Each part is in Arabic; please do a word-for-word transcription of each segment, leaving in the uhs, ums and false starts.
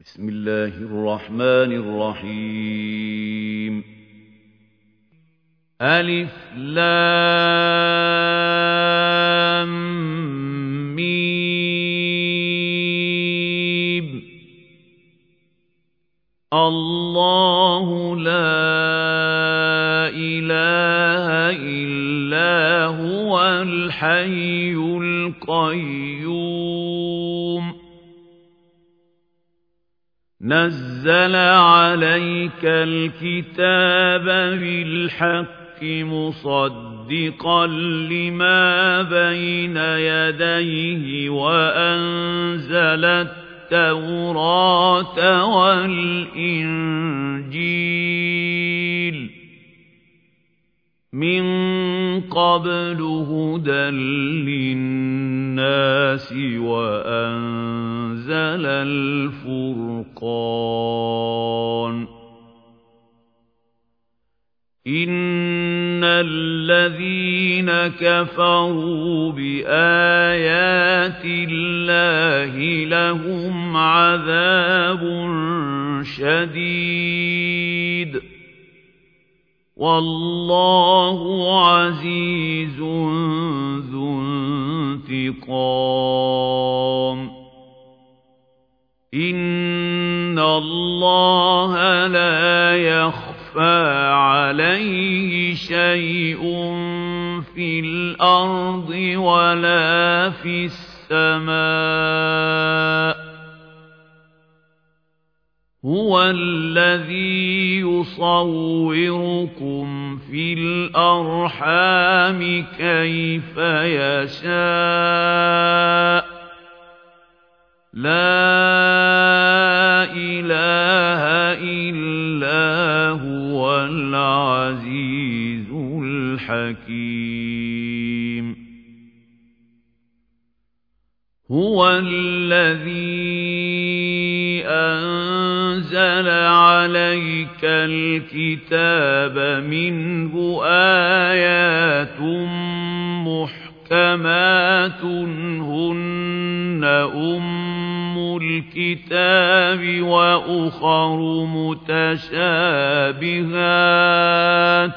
بسم الله الرحمن الرحيم ألف لام ميم الله لا إله إلا هو الحي القيوم نزل عليك الكتاب بالحق مصدقا لما بين يديه وأنزل التوراة والإنجيل من قبل هدى للناس وأنزل الفرقان إن الذين كفروا بآيات الله لهم عذاب شديد والله عزيز ذو انتقام إن الله لا يخفى عليه شيء في الأرض ولا في السماء هو الذي يصوركم في الأرحام كيف يشاء لا إله إلا هو العزيز الحكيم هو الذي أنزل عليك الكتاب منه آيات محكمات هن أم الكتاب وأخر متشابهات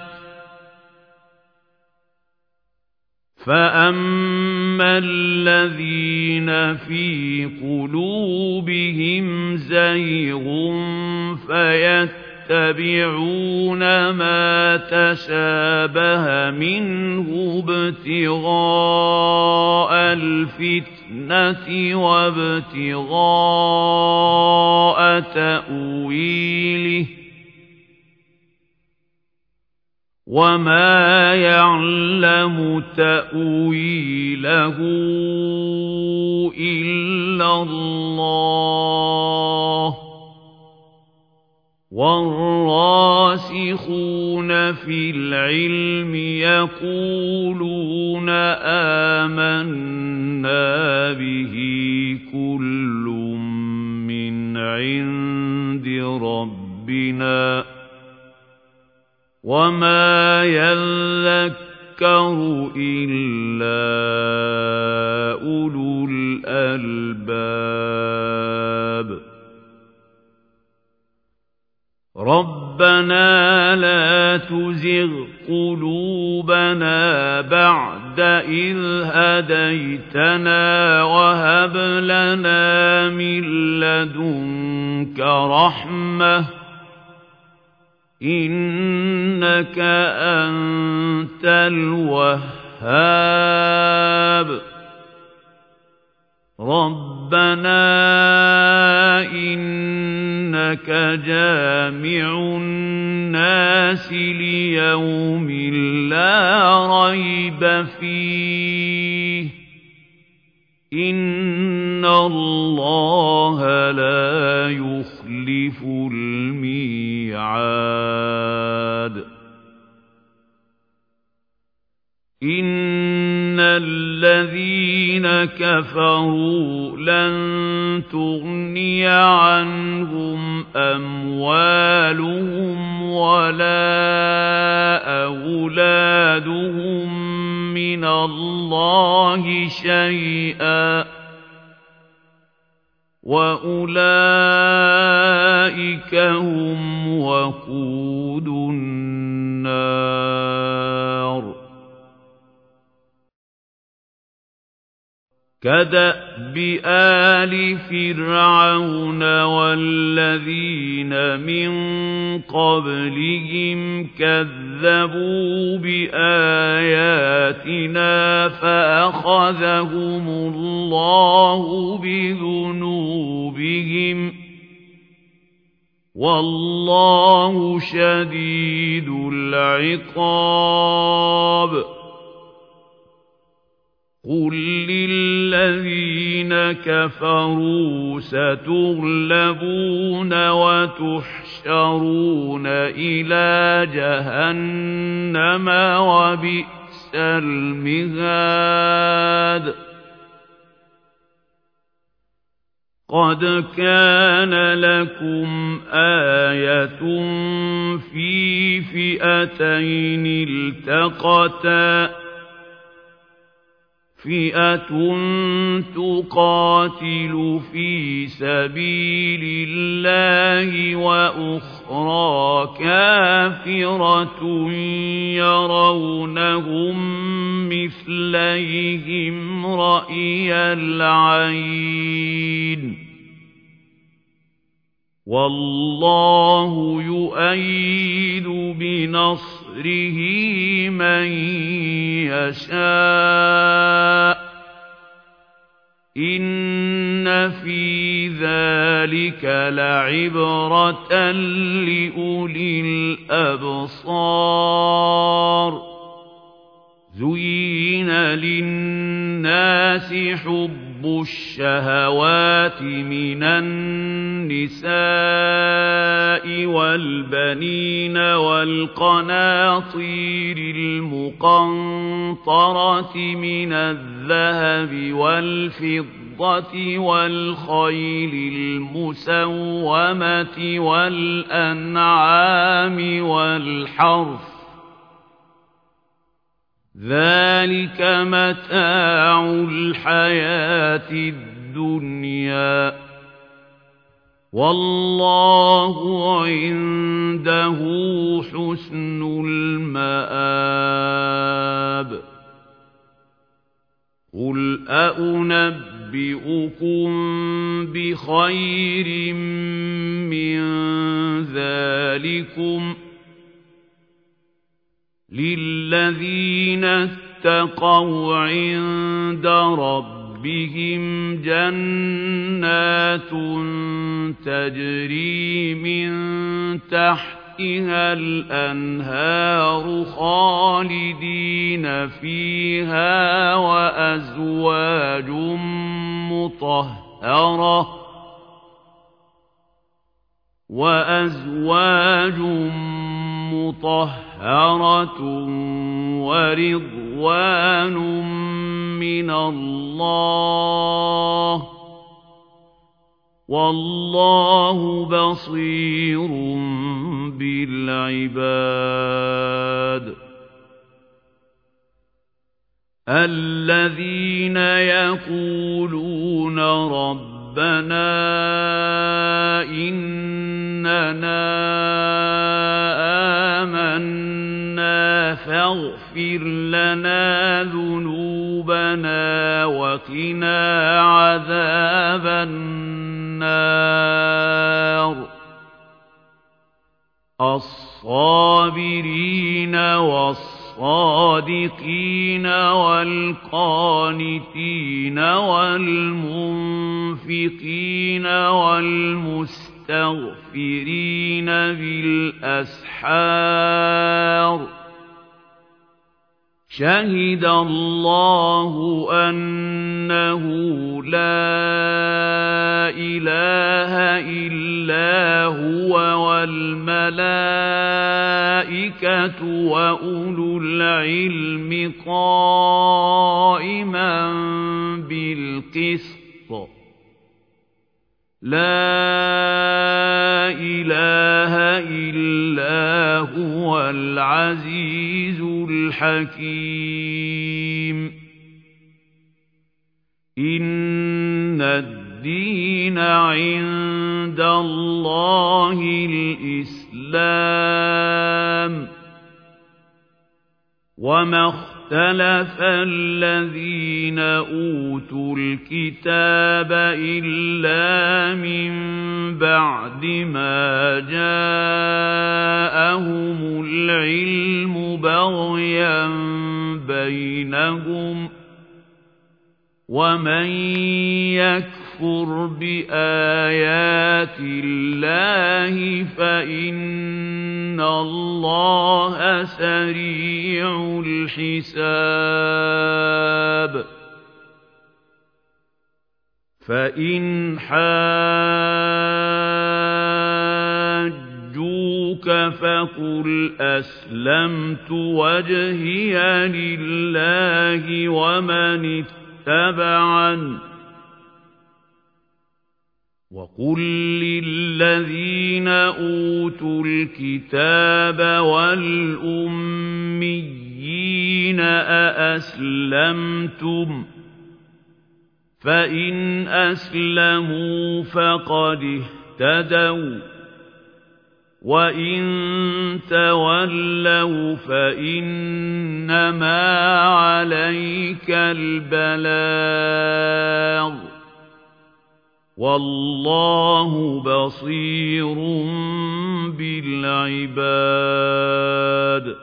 فأما الذين في قلوبهم زيغ فيتبعون ما تشابه منه ابتغاء الفتنة وابتغاء تأويله وما يعلم تأويله إلا الله والراسخون في العلم يقولون آمنا به كل من عند ربنا وما يذكر إلا أولو الألباب ربنا لا تزغ قلوبنا بعد إذ هديتنا وهب لنا من لدنك رحمة إنك أنت الوهاب ربنا إنك جامع الناس ليوم لا ريب فيه إن الله لا يخلف الميعاد إن الذين كفروا لن تغني عنهم أموالهم ولا أولادهم من الله شيئا وأولئك أُولَئِكَ هُمْ وَقُودُ النَّارِ كَدَأْبِ آلِ فِرْعَوْنَ وَالَّذِينَ مِن قَبْلِهِمْ كَذَّبُوا بِآيَاتِنَا فَأَخَذَهُمُ اللَّهُ بِذُنُوبِهِمْ وَاللَّهُ شَدِيدُ الْعِقَابِ قُل لِّلَّذِينَ كَفَرُوا سَتُغْلَبُونَ وَتُحْشَرُونَ إِلَى جَهَنَّمَ وَبِئْسَ الْمِهَادُ قَدْ كَانَ لَكُمْ آيَةٌ فِي فِئَتَيْنِ الْتَقَتَا فِئَةٌ تُقَاتِلُ فِي سَبِيلِ اللَّهِ وَأُخْرَى كَافِرَةٌ يَرَوْنَهُم مِّثْلَيْهِمْ رَأْيَ الْعَيْنِ وَاللَّهُ يُؤَيِّدُ بِنَصْرِهِ مَن يَشَاءُ إِنَّ فِي ذَلِكَ لَعِبْرَةً لِّأُولِي الْأَبْصَارِ زُيِّنَ لِلنَّاسِ حُبُّ الشَّهَوَاتِ مِنَ النِّسَاءِ وَالْبَنِينَ وَالْقَنَاطِيرِ الْمُقَنطَرَةِ مِنَ الذَّهَبِ وَالْفِضَّةِ وَالْخَيْلِ الْمُسَوَّمَةِ وَالْأَنْعَامِ وَالْحَرْثِ ذَلِكَ مَتَاعُ الْحَيَاةِ الدُّنْيَا وَاللَّهُ عِندَهُ حُسْنُ الْمَآبِ قُلْ أَؤُنَبِّئُكُم بِخَيْرٍ مِّن ذَلِكُمْ لِلَّذِينَ اتَّقَوْا عِندَ رَبِّهِمْ جَنَّاتٌ تَجْرِي مِن تَحْتِهَا الْأَنْهَارُ خَالِدِينَ فِيهَا وَأَزْوَاجٌ مُطَهَّرَةٌ وَأَزْوَاجٌ مُطَهَّرَةٌ وَرِضْوَانٌ مِّنَ اللَّهِ وَاللَّهُ بَصِيرٌ بِالْعِبَادِ الَّذِينَ يَقُولُونَ رَبَّنَا إِنَّنَا آمَنَّا فاغفر لنا ذنوبنا وقنا عذاب النار الصابرين والصادقين والقانتين والمنفقين والمستغفرين بالأسحار شهد الله أنه لا إله إلا هو والملائكة وأولو العلم قائما بالقسط لا إله إلا هو العزيز الحكيم إن الدين الدين عند الله الإسلام وما اختلف الذين أوتوا الكتاب إلا من بعد ما جاءهم العلم بغيا بينهم ومن يكفر بآيات الله فإن الله سريع الحساب فإن حاجوك فقل أسلمت وجهي لله ومن اتبعن وقل للذين أوتوا الكتاب والأميين أأسلمتم فإن أسلموا فقد اهتدوا وإن تولوا فإنما عليك البلاغ والله بصير بالعباد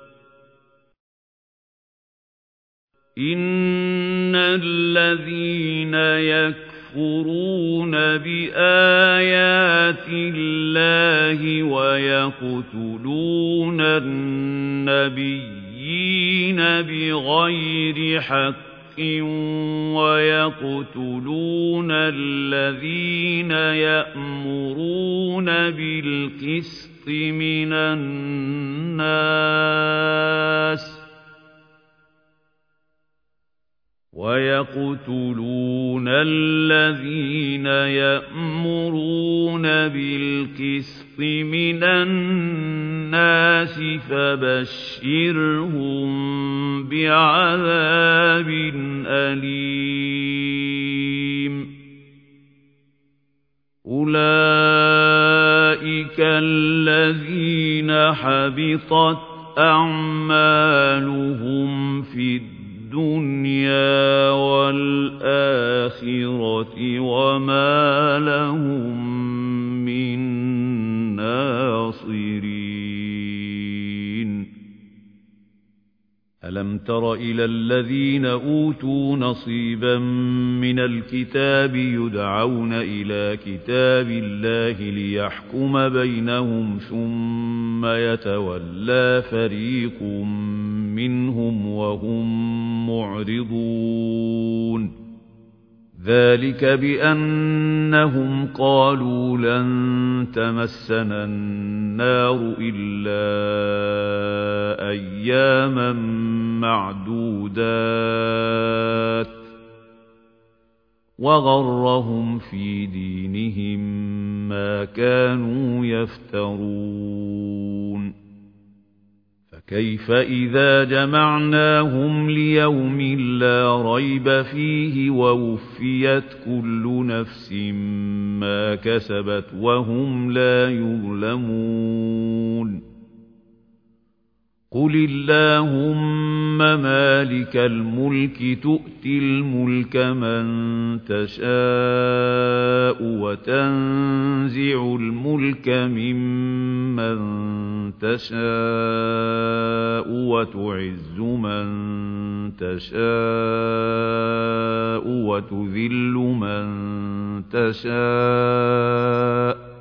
إن الذين يكفرون بآيات الله ويقتلون النبيين بغير حق ويقتلون الذين يأمرون بالقسط من الناس ويقتلون الذين يأمرون بالقسط من الناس فبشرهم بعذاب أليم أولئك الذين حبطت أعمالهم في الدنيا والآخرة وما لهم من ناصرين ألم تر إلى الذين أوتوا نصيبا من الكتاب يدعون إلى كتاب الله ليحكم بينهم ثم يتولى فريق منهم وهم معرضون ذلك بأنهم قالوا لن تمسنا النار إلا أياما معدودات وغرهم في دينهم ما كانوا يفترون فكيف إذا جمعناهم ليوم لا ريب فيه ووفيت كل نفس ما كسبت وهم لا يظلمون قل اللهم مالك الملك تؤتي الملك من تشاء وتنزع الملك ممن تشاء وتعز من تشاء وتذل من تشاء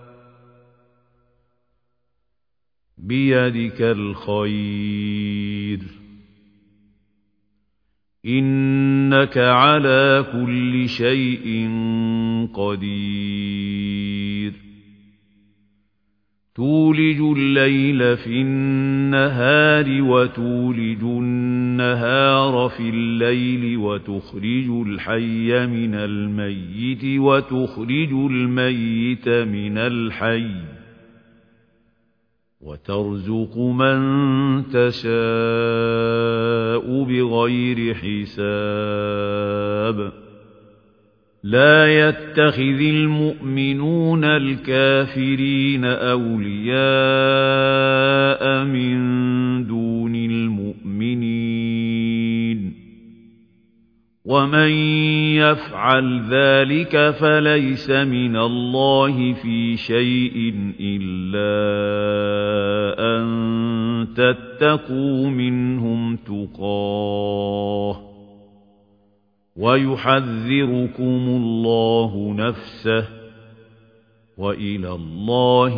بيدك الخير إنك على كل شيء قدير تولج الليل في النهار وتولج النهار في الليل وتخرج الحي من الميت وتخرج الميت من الحي وترزق من تشاء بغير حساب لا يتخذ المؤمنون الكافرين أولياء من دون المؤمنين ومن يفعل ذلك فليس من الله في شيء إلا أن تتقوا منهم تقاه ويحذركم الله نفسه وإلى الله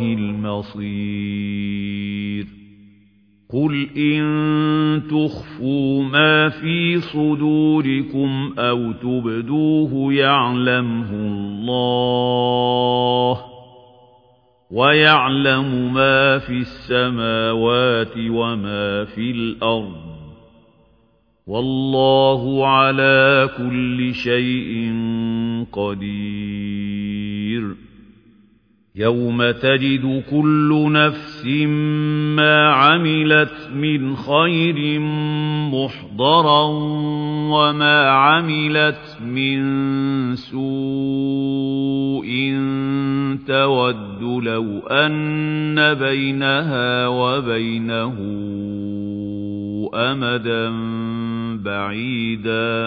المصير قل إن تخفوا ما في صدوركم أو تبدوه يعلمه الله ويعلم ما في السماوات وما في الأرض والله على كل شيء قدير يوم تجد كل نفس ما عملت من خير محضرا وما عملت من سوء تود لو أن بينها وبينه أمدا بعيدا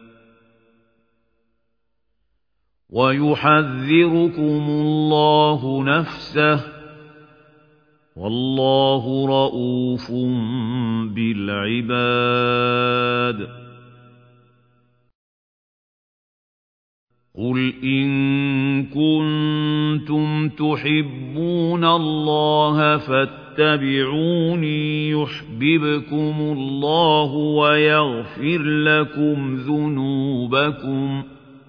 ويحذركم الله نفسه والله رؤوف بالعباد قل إن كنتم تحبون الله فاتبعوني يحببكم الله ويغفر لكم ذنوبكم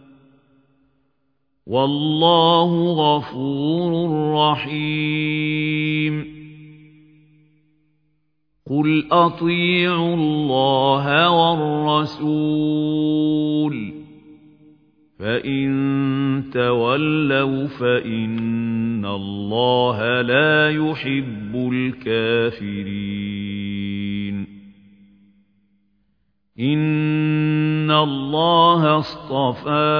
والله غفور رحيم قل أطيعوا الله والرسول فإن تولوا فإن الله لا يحب الكافرين إن الله اصطفى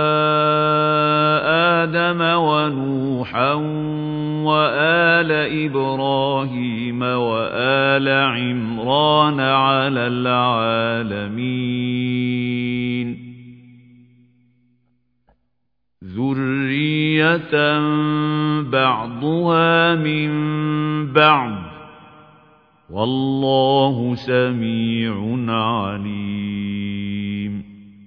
آدم ونوحا وآل إبراهيم وآل عمران على العالمين ذرية بعضها من بعض والله سميع عليم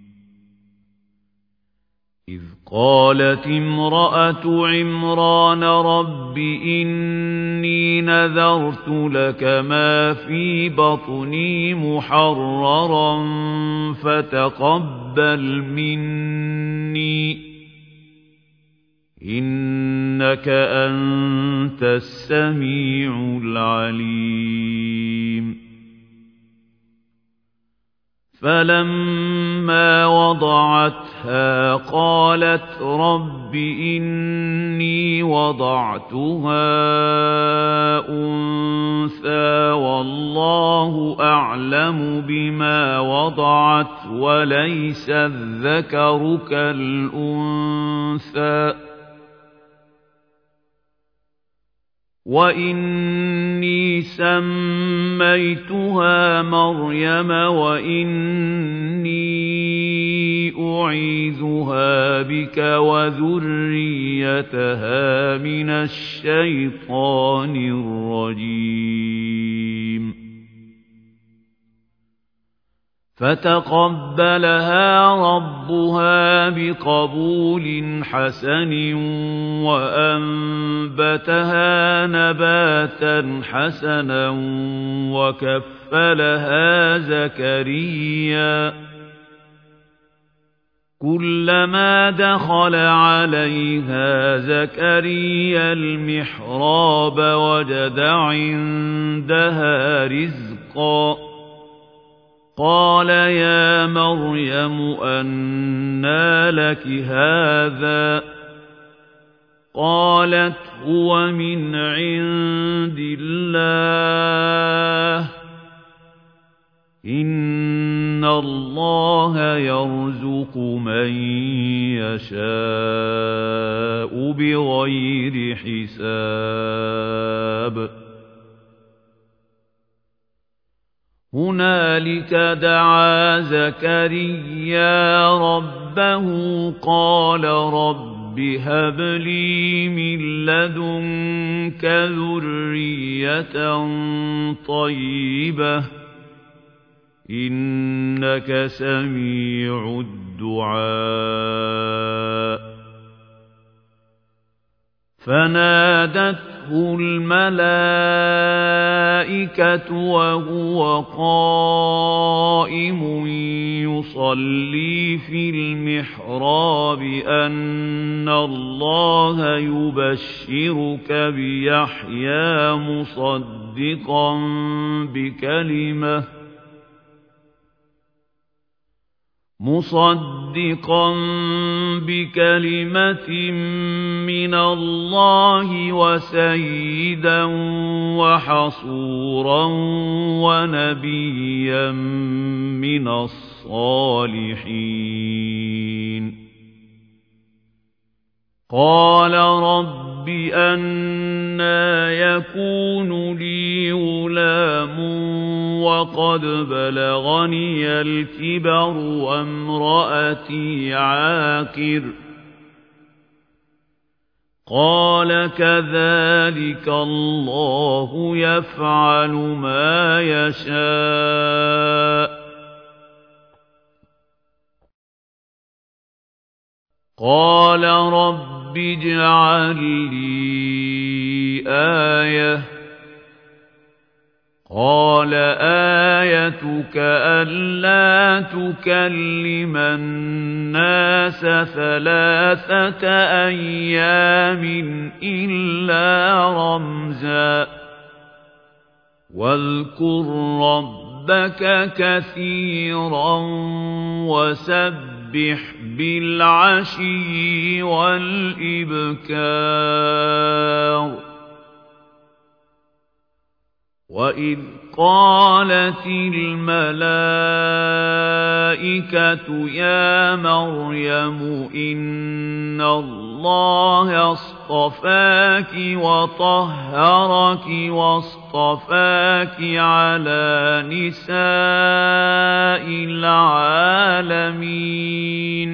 إذ قالت امرأة عمران رب إني نذرت لك ما في بطني محررا فتقبل مني إنك أنت السميع العليم فلما وضعتها قالت رب إني وضعتها أنثى والله أعلم بما وضعت وليس الذكر كالأنثى وإني سميتها مريم وإني أعيذها بك وذريتها من الشيطان الرجيم فتقبلها ربها بقبول حسن وأنبتها نباتا حسنا وكفلها زكريا كلما دخل عليها زكريا المحراب وجد عندها رزقا قال يا مريم أنى لك هذا قالت هو من عند الله إن إِنَّ اللَّهَ يَرْزُقُ مَن يَشَاءُ بِغَيْرِ حِسَابٍ هُنَالِكَ دَعَا زَكَرِيَّا رَبَّهُ قَالَ رَبِّ هَبْ لِي مِن لَّدُنكَ ذُرِّيَّةً طَيِّبَةً إِنَّكَ سَمِيعُ الدُّعَاءِ فَنَادَتْهُ الْمَلَائِكَةُ وَهُوَ قَائِمٌ يُصَلِّي فِي الْمِحْرَابِ أَنَّ اللَّهَ يُبَشِّرُكَ بِيَحْيَىٰ مُصَدِّقًا بِكَلِمَةٍ مصدقا بكلمة من الله وسيدا وحصورا ونبيا من الصالحين قال رب أنى يكون لي غلام وقد بلغني الكبر وامرأتي عاقر قال كذلك الله يفعل ما يشاء قال رب اجعل لي آية قال آيتك ألا تكلم الناس ثلاثة أيام إلا رمزا واذكر ربك كثيرا وسبح بالعشي والإبكار وَإِذْ قَالَتِ الْمَلَائِكَةُ يَا مَرْيَمُ إِنَّ اللَّهَ اصْطَفَاكِ وَطَهَّرَكِ وَاصْطَفَاكِ عَلَى نِسَاءِ الْعَالَمِينَ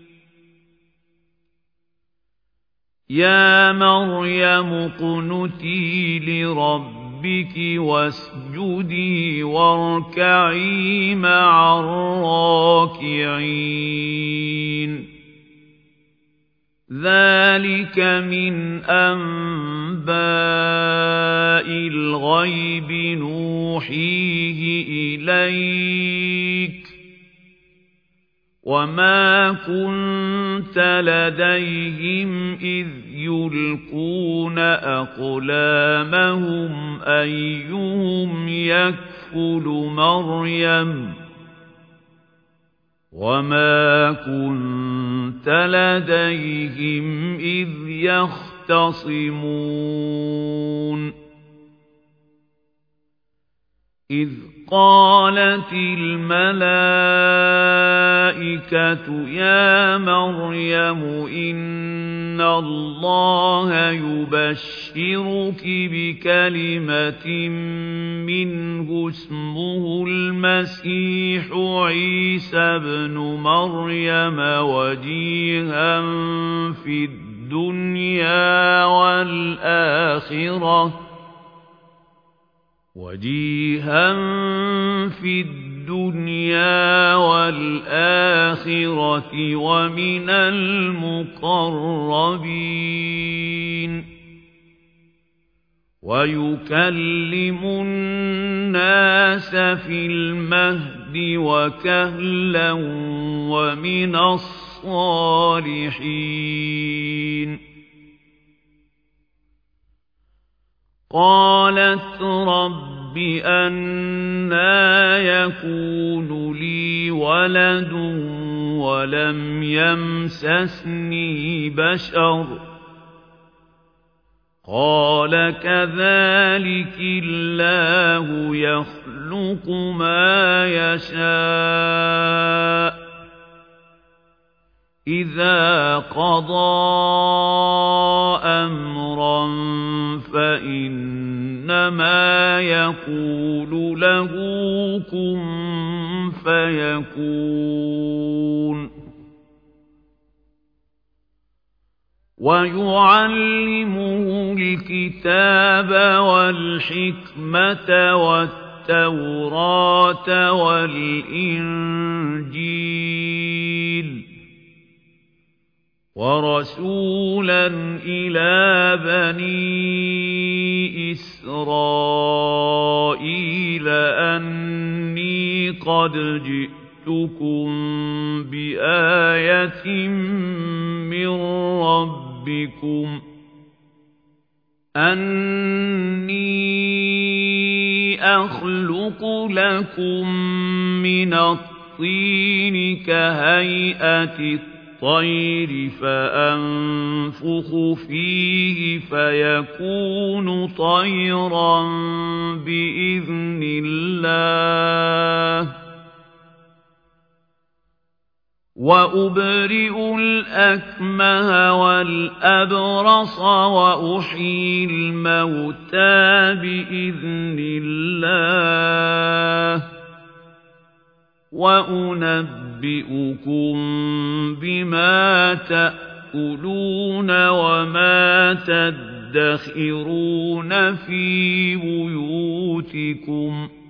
يَا مَرْيَمُ اقْنُتِي لِرَبِّكِ ربك واسجدي واركعي مع الراكعين ذلك من أنباء الغيب نوحيه إليك وما كنت لديهم إذ يلقون أقلامهم أيهم يكفل مريم وما كنت لديهم إذ يختصمون إذ قالت الملائكة يا مريم إن الله يبشرك بكلمة منه اسمه المسيح عيسى ابن مريم وجيها في الدنيا والآخرة وجيها في الدنيا والآخرة ومن المقربين ويكلم الناس في المهد وكهلا ومن الصالحين قالت رب أنى يكون لي ولد ولم يمسسني بشر قال قَالَ كَذَلِكِ اللَّهُ يَخْلُقُ مَا يَشَاءُ إِذَا قَضَىٰ أَمْرًا فَإِنَّمَا يَقُولُ لَهُ كُن فَيَكُونُ وَيُعَلِّمُهُ الْكِتَابَ وَالْحِكْمَةَ وَالتَّوْرَاةَ وَالْإِنجِيلَ وَرَسُولًا إِلَىٰ بَنِي إِسْرَائِيلَ أَنِّي قَدْ جِئْتُكُم بِآيَةٍ مِّن رَّبِّكُمْ أَنِّي أَخْلُقُ لَكُم مِّنَ الطِّينِ كَهَيْئَةِ الطَّيْرِ فَأَنفُخُ فِيهِ فَيَكُونُ طَيْرًا بِإِذْنِ اللَّهِ وَأُبْرِئُ الْأَكْمَهَ وَالْأَبْرَصَ وَأُحْيِي الْمَوْتَىٰ بِإِذْنِ اللَّهِ وَأُنَبِّئُكُم بِمَا تَأْكُلُونَ وَمَا تَدَّخِرُونَ فِي بُيُوتِكُمْ ۚ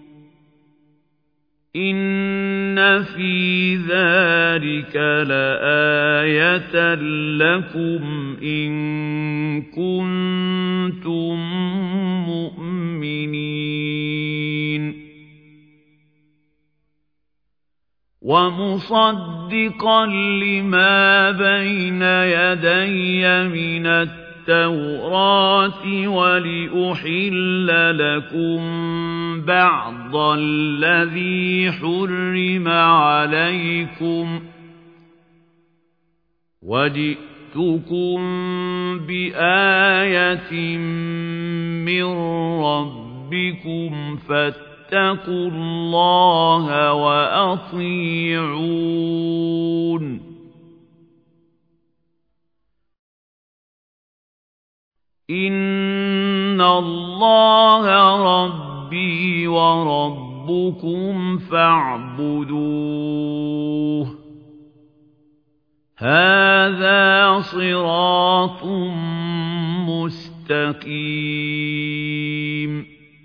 إِنَّ فِي ذَٰلِكَ لَآيَةً لَّكُمْ إِن كُنتُم مُّؤْمِنِينَ وَمُصَدِّقًا لِّمَا بَيْنَ يَدَيَّ مِنَ التَّوْرَاةِ وَلِأُحِلَّ لَكُم بَعْضَ الَّذِي حُرِّمَ عَلَيْكُمْ ۚ وَجِئْتُكُم بِآيَةٍ مِّن رَّبِّكُمْ فَاتَّقُوا اللَّهَ وَأَطِيعُونِ إِنَّ اللَّهَ رَبِّي وَرَبُّكُمْ فَاعْبُدُوهُ هَٰذَا صِرَاطٌ مُّسْتَقِيمٌ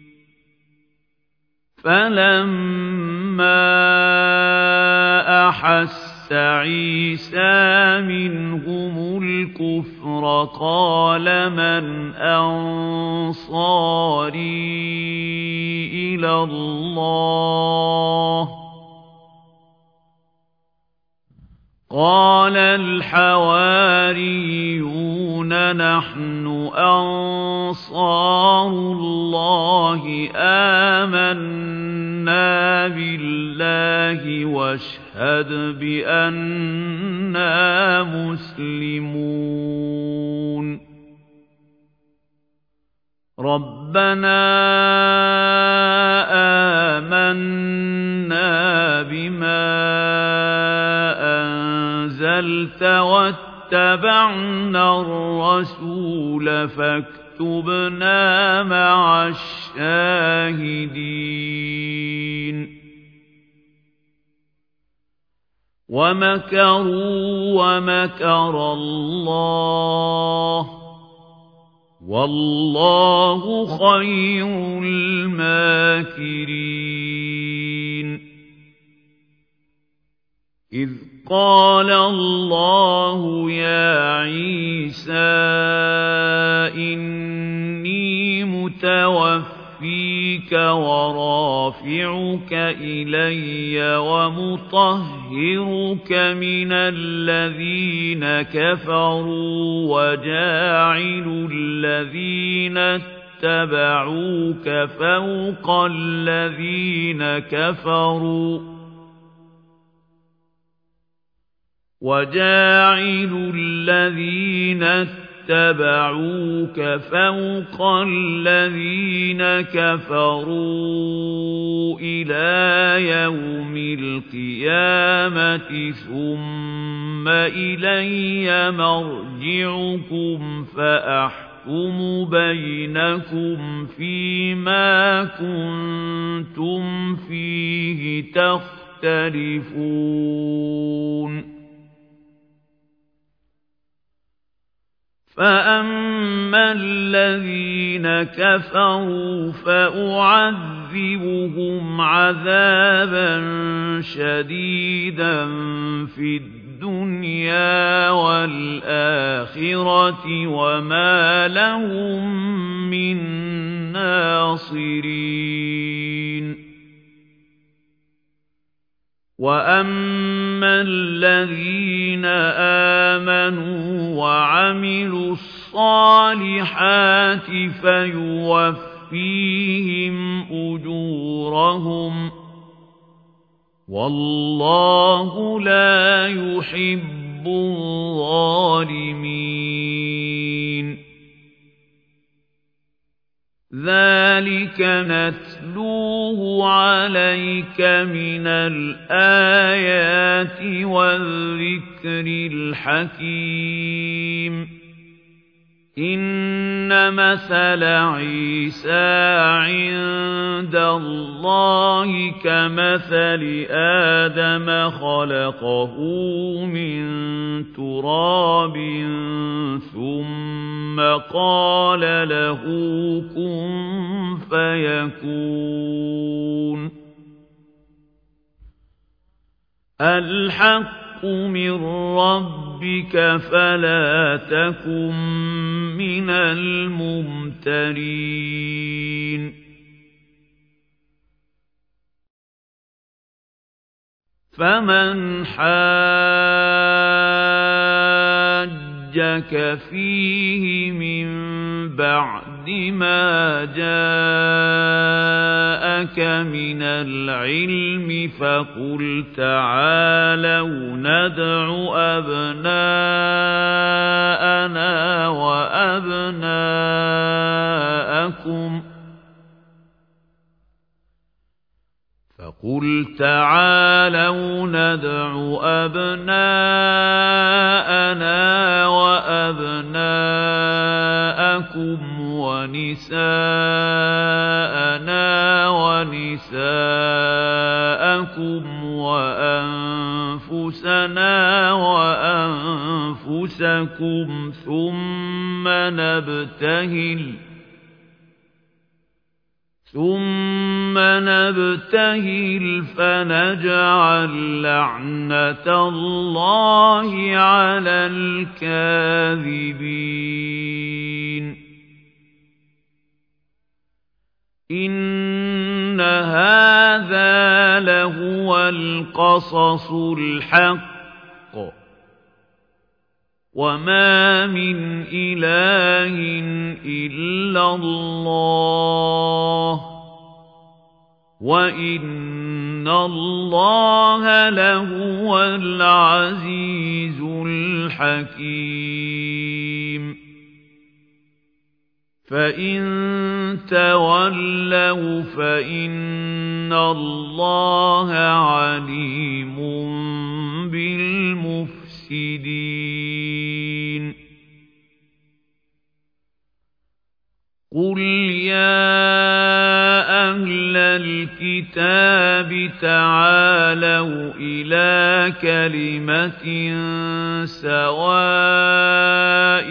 فَلَمَّا أَحَسَّ عِيسَىٰ مِنْهُمُ الْكُفْرَ قَالَ مَنْ أَنصَارِي إِلَى اللَّهِ ۖ قَالَ الْحَوَارِيُّونَ نَحْنُ أَنصَارُ اللَّهِ آمَنَّا بِاللَّهِ وَاشْهَدْ بِأَنَّا مُسْلِمُونَ رَبَّنَا آمَنَّا بِمَا أَنزَلْتَ وَاتَّبَعْنَا الرَّسُولَ فَاكْتُبْنَا مَعَ الشَّاهِدِينَ وَمَكَرُوا وَمَكَرَ اللَّهُ وَاللَّهُ خَيْرُ الْمَاكِرِينَ إِذْ قَالَ اللَّهُ يَا عِيسَىٰ إِنِّي مُتَوَفِّيكَ وَرَافِعُكَ إِلَيَّ وَمُطَهِّرُكَ مِنَ الَّذِينَ كَفَرُوا وَجَاعِلُ الَّذِينَ اتَّبَعُوكَ فَوْقَ الَّذِينَ كَفَرُوا وَجَاعِلُ الَّذِينَ اتبعوك فوق الذين كفروا إلى يوم القيامة ثم إلي مرجعكم فأحكم بينكم فيما كنتم فيه تختلفون فأما الذين كفروا فأعذبهم عذابا شديدا في الدنيا والآخرة وما لهم من ناصرين وأما الذين آمنوا وعملوا الصالحات فيوفيهم أجورهم والله لا يحب الظالمين ذلك نتلوه عليك من الآيات والذكر الحكيم إن مثل عيسى عند الله كمثل آدم خلقه من تراب ثم قال له كن فيكون الحق من ربك فلا تكن من الممترين فمن حاجك فيه من بعد ما جاءك من العلم فقل تعالوا ندع أبناءنا وأبناءكم فقل تعالوا ندع أبناءنا وأبناءكم ونساءنا ونساءكم وأنفسنا وأنفسكم ثم نبتهل ثم نبتهل فنجعل لعنة الله على الكاذبين إن هذا لهو القصص الحق وما من إله إلا الله وإن الله لهو العزيز الحكيم فإن تولوا فإن الله عليم بالمفسدين قل يا أهل الكتاب تعالوا إلى كلمة سواء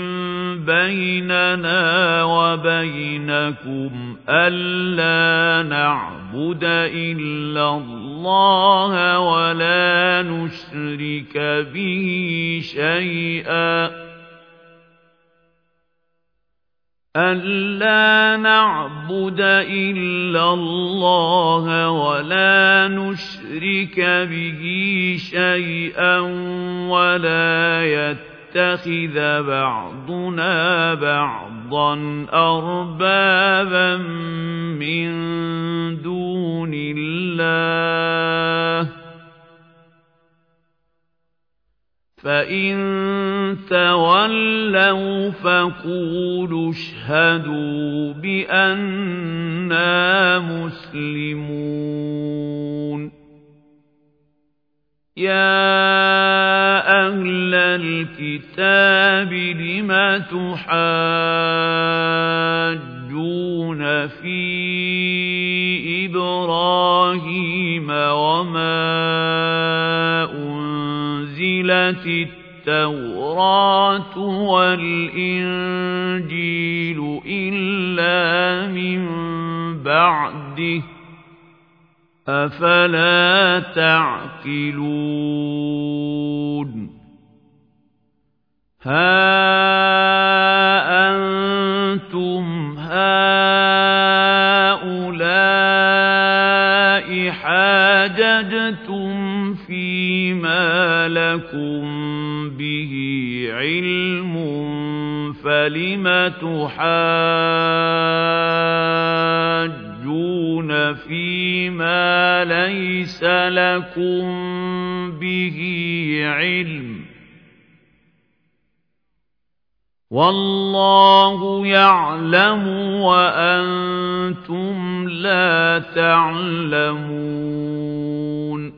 بيننا وبينكم ألا نعبد إلا الله ولا نشرك به شيئا ألا نعبد إلا الله ولا نشرك به شيئا ولا يتخذ بعضنا بعضا أربابا من دون الله فإن تولوا فقولوا اشهدوا بأننا مسلمون يا أهل الكتاب لم تحاجون في إبراهيم وما أنزلت التوراة والإنجيل إلا من بعده أفلا تعقلون ها أنتم هؤلاء حاججتم فيما لكم به علم فلم تحاجون فيما ليس لكم به علم والله يعلم وأنتم لا تعلمون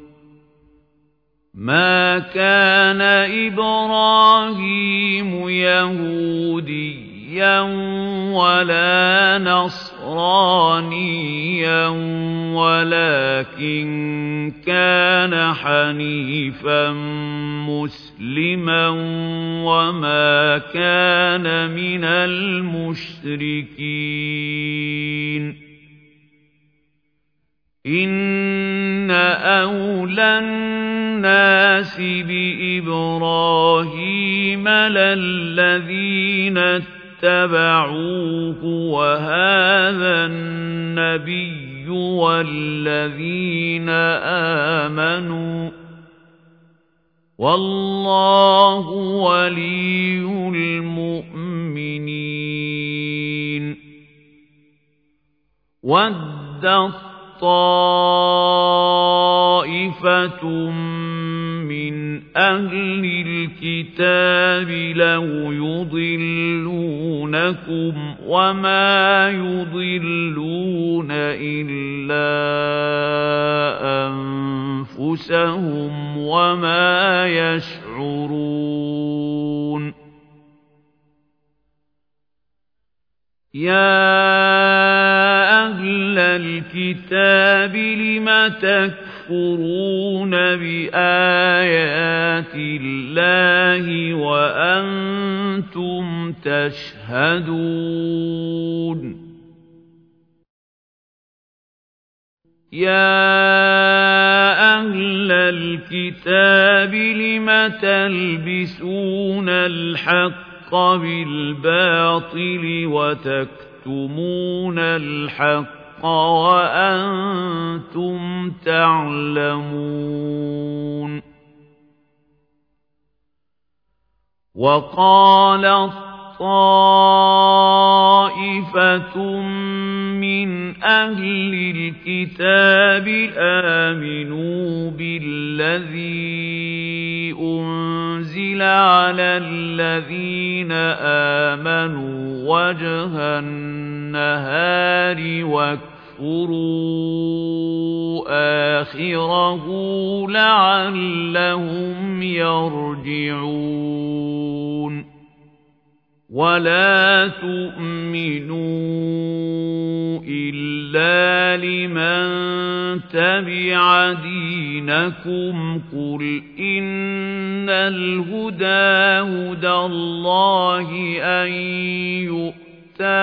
ما كان إبراهيم يهوديا ولا نصرانيا ولكن كان حنيفا مسلما وما كان من المشركين إن أولى الناس بإبراهيم للذين اتبعوه وهذا النبي والذين آمنوا والله ولي المؤمنين ودت طائفة من أهل الكتاب لو يضلونكم وما يضلون إلا أنفسهم وما يشعرون يا أهل الكتاب لم تكفرون بآيات الله وأنتم تشهدون يا أهل الكتاب لم تلبسون الحق بالباطل وتكتمون الحق وأنتم تعلمون وقالت طائفة من أهل الكتاب آمنوا بالذي أنزل على الذين آمنوا وجه النهار واكفروا آخره لعلهم يرجعون ولا تؤمنوا إلا لمن تبع دينكم قل إن الهدى هدى الله أن يؤتى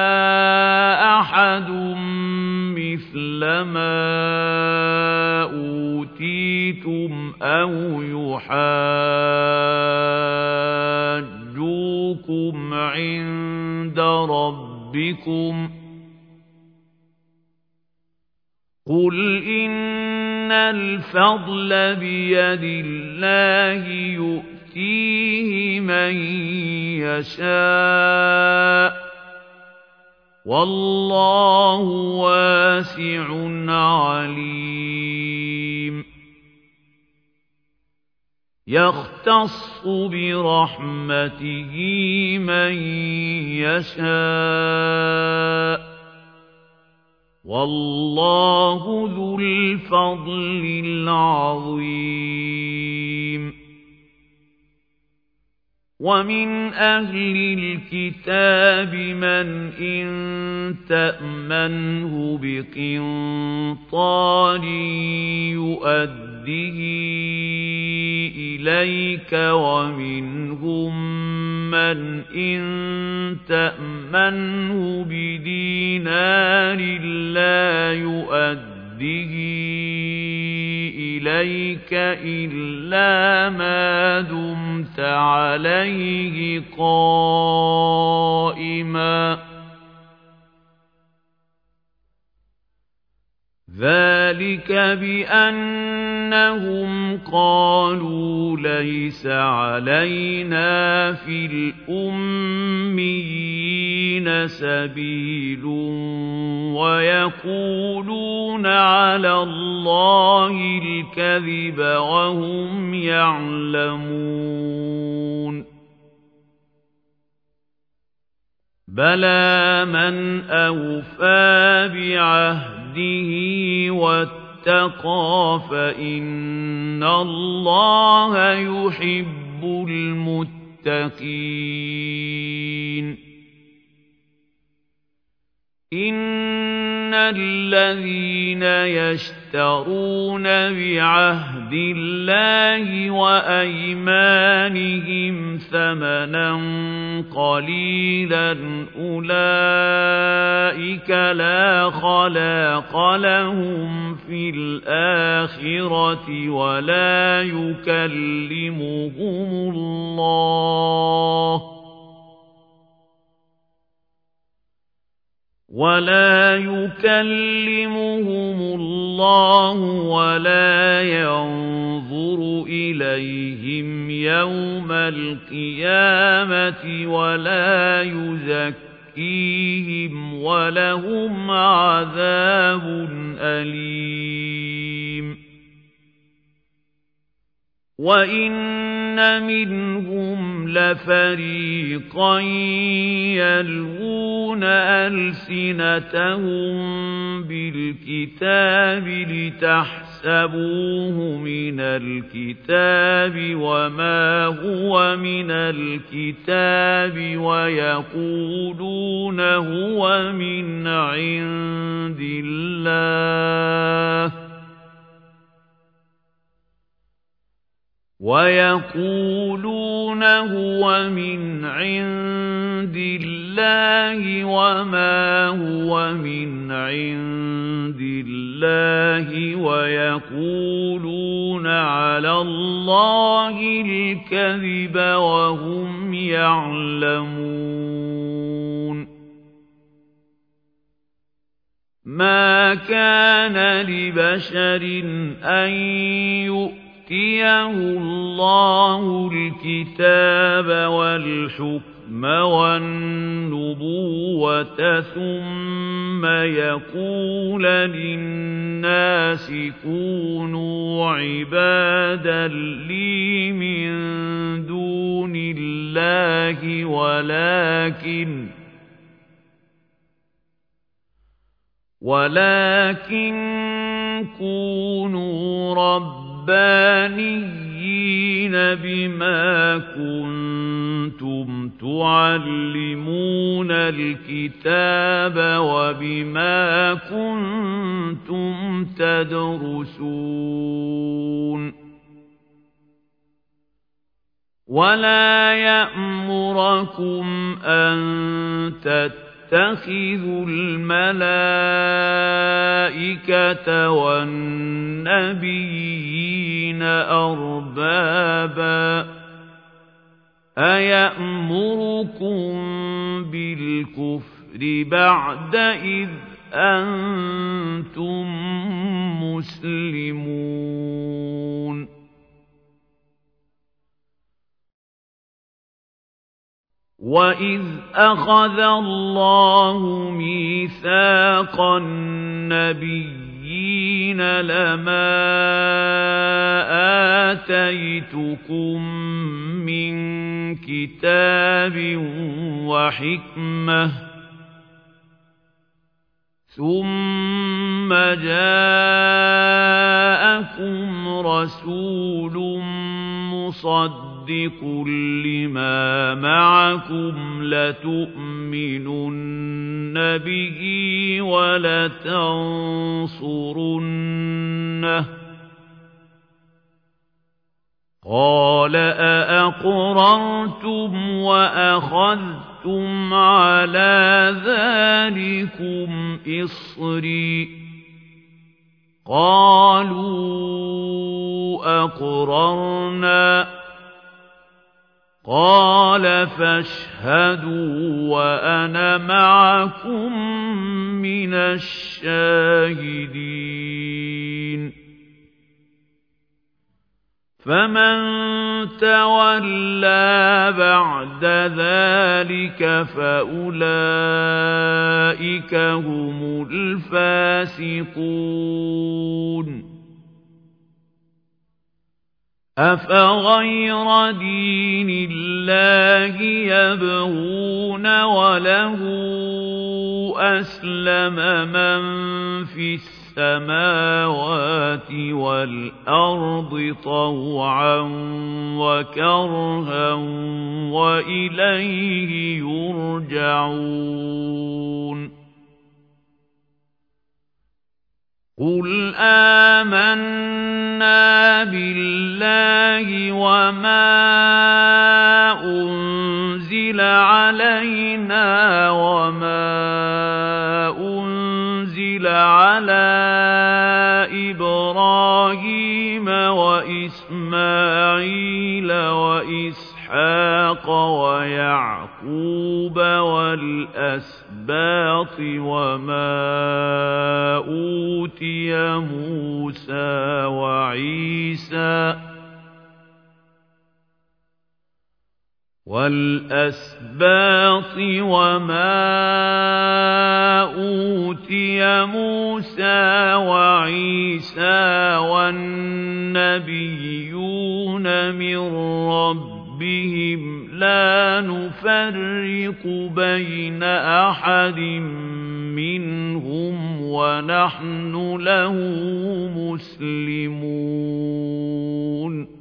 أحد مثل ما أوتيتم أو يحاجوكم عند ربكم قل إن الفضل بيد الله يؤتيه من يشاء والله واسع عليم يخ يختص برحمته من يشاء والله ذو الفضل العظيم ومن أهل الكتاب من إن تأمنه بقنطار يؤده إليك ومنهم من إن تأمنه بدينار لا يؤده إليك إلا ما دمت عليه قائما ذلك بأنهم قالوا ليس علينا في الأميين سبيل ويقولون على الله الكذب وهم يعلمون بلى من أوفى بعهده واتقى فإن الله يحب المتقين إن الذين يشترون بعهد الله وأيمانهم ثمنا قليلا أولئك لا خلاق لهم في الآخرة ولا يكلمهم الله ولا يكلمهم الله ولا ينظر إليهم يوم القيامة ولا يزكيهم ولهم عذاب أليم وإن منهم لفريقا يلوون ألسنتهم بالكتاب لتحسبوه من الكتاب وما هو من الكتاب ويقولون هو من عند الله ويقولون هو من عند الله وما هو من عند الله ويقولون على الله الكذب وهم يعلمون ما كان لبشر أن يؤمن يؤتيه الله الكتاب والحكم والنبوة ثم يقول للناس كونوا عبادا لي من دون الله ولكن ولكن كونوا رب ربانيين بما كنتم تعلمون الكتاب وبما كنتم تدرسون ولا يأمركم أن تتقوا اتخذوا الملائكة والنبيين أربابا أيأمركم بالكفر بعد إذ أنتم مسلمون وَإِذْ أَخَذَ اللَّهُ مِيثَاقَ النَّبِيِّينَ النبيين لما آتيتكم من كتاب وحكمة ثم جاءكم رسول مصدق لما معكم لتؤمنن به ولتنصرنه قال أأقررتم وأخذتم على ذلكم إصري قالوا أقررنا قال فاشهدوا وأنا معكم من الشاهدين فمن تولى بعد ذلك فأولئك هم الفاسقون أفغير دين الله يبغون وله أسلم من في السماوات والأرض طوعا وكرها وإليه يرجعون قل آمنا بالله وما أنزل علينا وما أنزل على إبراهيم وإسماعيل وإسحاق ويعقوب والأسباط وما أوتي موسى وعيسى والأسباط وما أوتي موسى وعيسى والنبيون من ربهم لا نفرق بين أحد منهم ونحن له مسلمون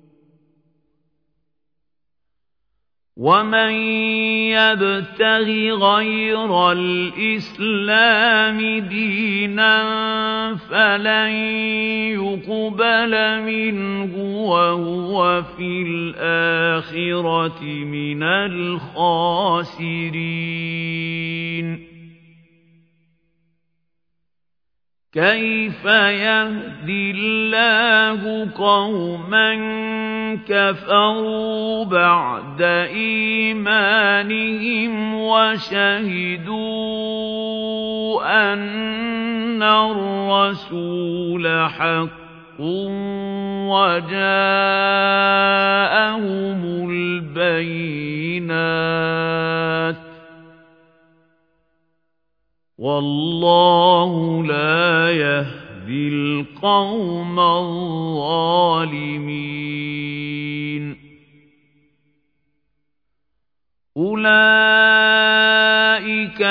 ومن يبتغ غير الإسلام دينا فلن يقبل منه وهو في الآخرة من الخاسرين كيف يهدي الله قوما كفروا بعد إيمانهم وشهدوا أن الرسول حق وجاءهم البينات والله لا يهدي القوم الظالمين أولئك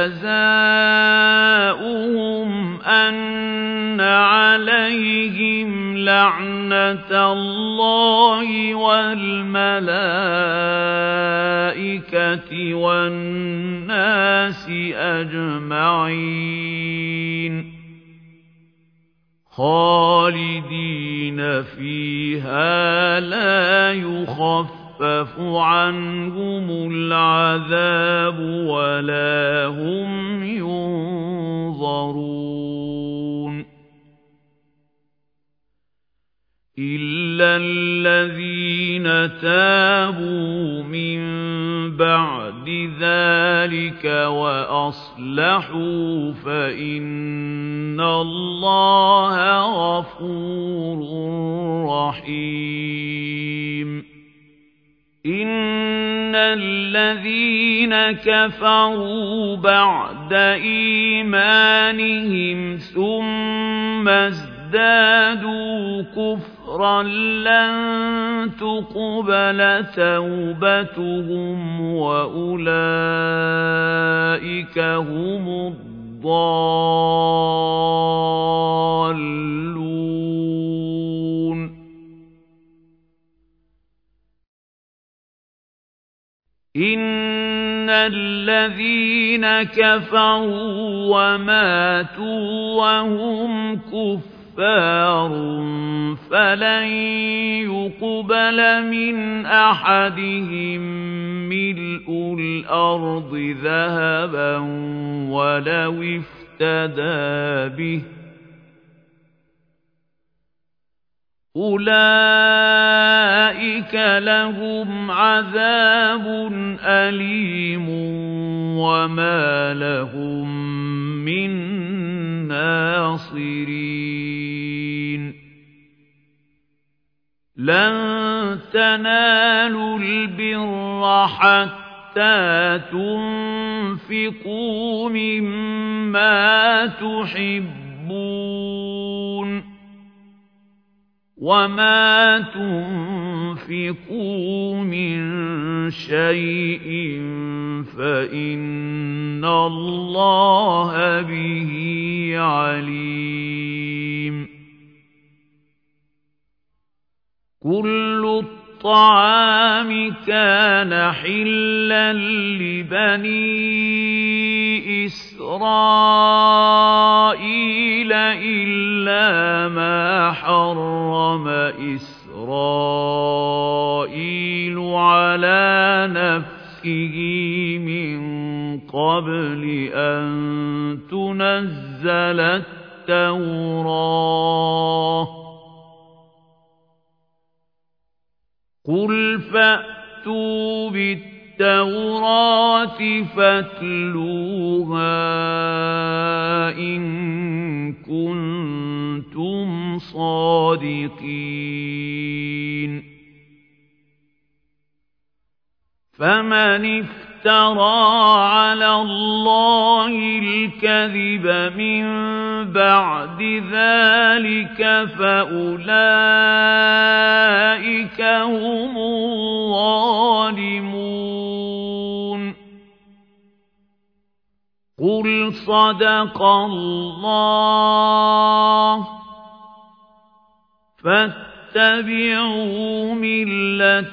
جزاؤهم أن عليهم لعنة الله والملائكة والناس أجمعين خالدين فيها لا يخفف عنهم العذاب ولا هم ينظرون إلا الذين تابوا من بعد ذلك وأصلحوا فإن الله غفور رحيم إن الذين كفروا بعد إيمانهم ثم ازدادوا كفرا لن تقبل توبتهم وأولئك هم الضالون. إن الذين كفروا وماتوا وهم كفار فلن يقبل من أحدهم ملء الأرض ذهبا ولو افتدى به أولئك لهم عذاب أليم وما لهم من ناصرين. لن تنالوا البر حتى تنفقوا مما تحبون وما تنفقوا من شيء فإن الله به عليم. كل الطعام كان حلا لبني إسرائيل إلا ما حرم إسرائيل على نفسه من قبل أن تنزل التوراة. قل فأتوا بالتوراة فاتلوها إن كنتم صادقين. فمن افترى على الله الكذب من بعد ذلك فأولئك هم الظالمون. قل صدق الله فاتبعوا ملة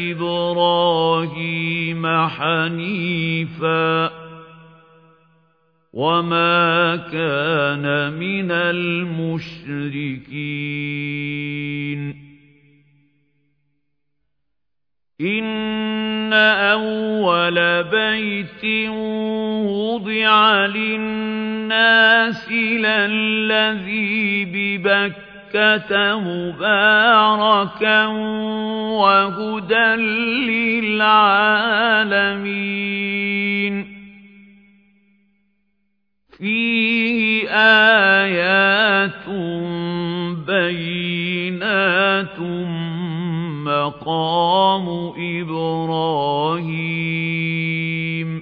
إبراهيم حنيفا وما كان من المشركين. إن أول بيت وضع للناس للذي ببكة مباركا وهدى للعالمين. فيه آيات بينات مقام إبراهيم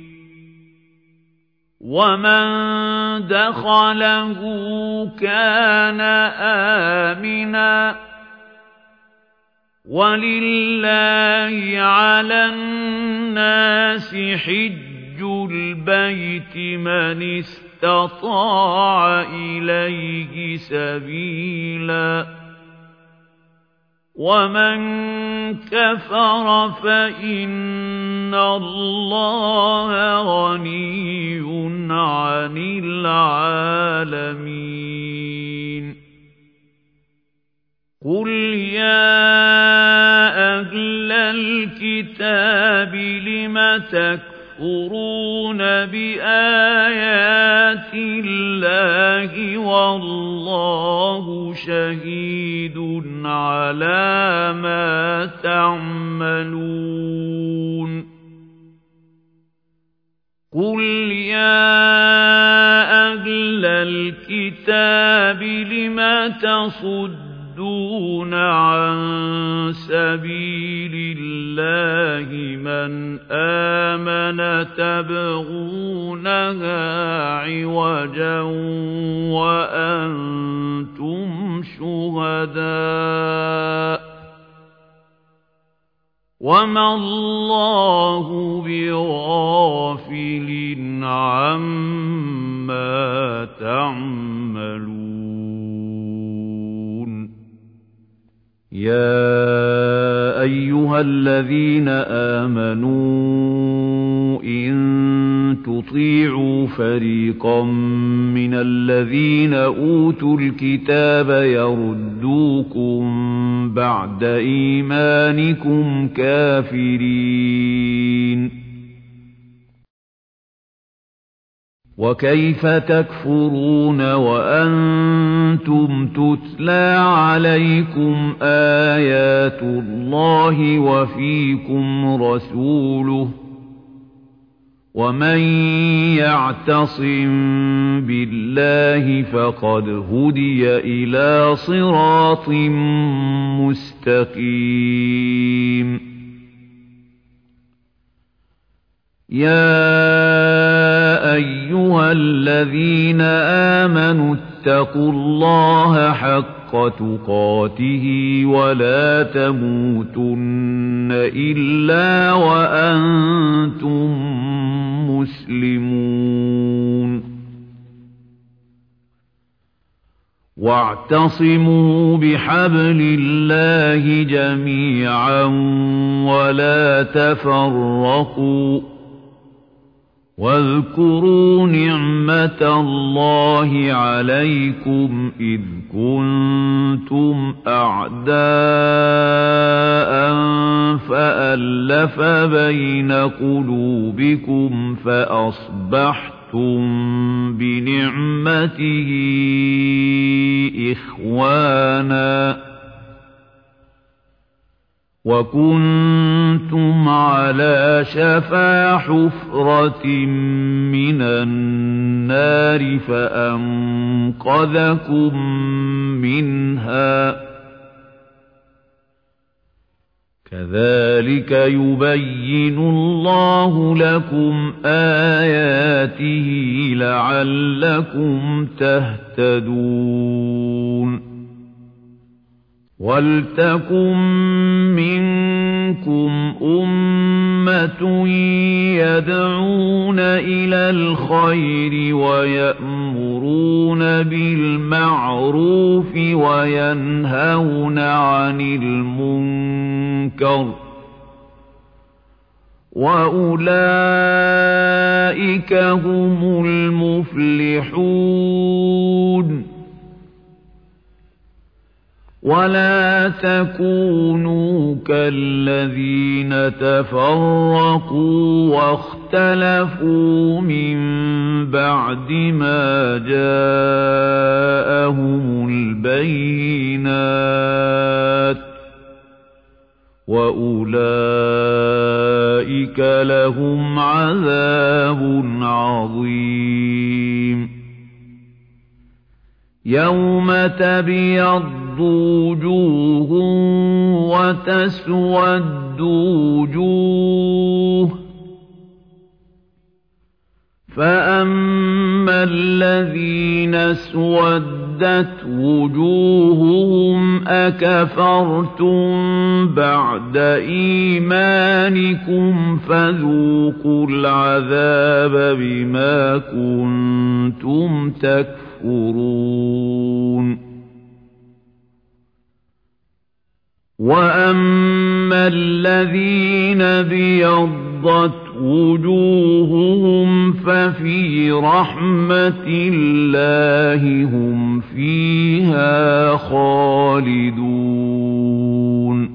ومن دخله كان آمنا ولله على الناس حج البيت من استطاع إليه سبيلا ومن كفر فإن الله غني عن العالمين. قل يا أهل الكتاب لم تكفرون بآيات الله والله شهيد على ما تعملون. قل يا أهل الكتاب لم تصدون عن سبيل الله اللَّهِ مَنْ آمَنَ تَبْغُونَهَا عِوَجًا وَأَنْتُمْ شُهَدَاءُ وَمَا اللَّهُ بِغَافِلٍ عَمَّا تَعْمَلُونَ يَا أَيُّهَا الَّذِينَ آمَنُوا إِن تُطِيعُوا فَرِيقًا مِنَ الَّذِينَ أُوتُوا الْكِتَابَ يَرُدُّوكُم بَعْدَ إِيمَانِكُمْ كَافِرِينَ وَكَيْفَ تَكْفُرُونَ وَأَنْتُمْ تُتْلَى عَلَيْكُمْ آيَاتُ اللَّهِ وَفِيكُمْ رَسُولُهُ وَمَنْ يَعْتَصِمْ بِاللَّهِ فَقَدْ هُدِيَ إِلَى صِرَاطٍ مُسْتَقِيمٍ يَا أَيُّهَا الَّذِينَ آمَنُوا اتَّقُوا اللَّهَ حَقَّ تُقَاتِهِ وَلَا تَمُوتُنَّ إِلَّا وَأَنْتُمْ مسلمون واعتصموا بحبل الله جميعا ولا تفرقوا واذكروا نعمة الله عليكم إذ كنتم أعداء فألف بين قلوبكم فأصبحتم بنعمته إخوانا وكنتم على شفا حفرة من النار فأنقذكم منها كذلك يبين الله لكم آياته لعلكم تهتدون وَلْتَكُن مِّنكُمْ أُمَّةٌ يَدْعُونَ إِلَى الْخَيْرِ وَيَأْمُرُونَ بِالْمَعْرُوفِ وَيَنْهَوْنَ عَنِ الْمُنكَرِ وَأُولَئِكَ هُمُ الْمُفْلِحُونَ وَلَا تَكُونُوا كَالَّذِينَ تَفَرَّقُوا وَاخْتَلَفُوا مِنْ بَعْدِ مَا جَاءَهُمُ الْبَيِّنَاتُ وَأُولَئِكَ لَهُمْ عَذَابٌ عَظِيمٌ يَوْمَ تَبْيَضُّ وُجُوهٌ وَتَسْوَدُّ وُجُوهٌ فَأَمَّا الَّذِينَ اسْوَدَّتْ وُجُوهُهُمْ أَكَفَرْتُمْ بَعْدَ إِيمَانِكُمْ فَذُوقُوا الْعَذَابَ بِمَا كُنتُمْ تَكْفُرُونَ وَأَمَّا الَّذِينَ ابْيَضَّتْ وُجُوهُهُمْ فَفِي رَحْمَةِ اللَّهِ هُمْ فِيهَا خَالِدُونَ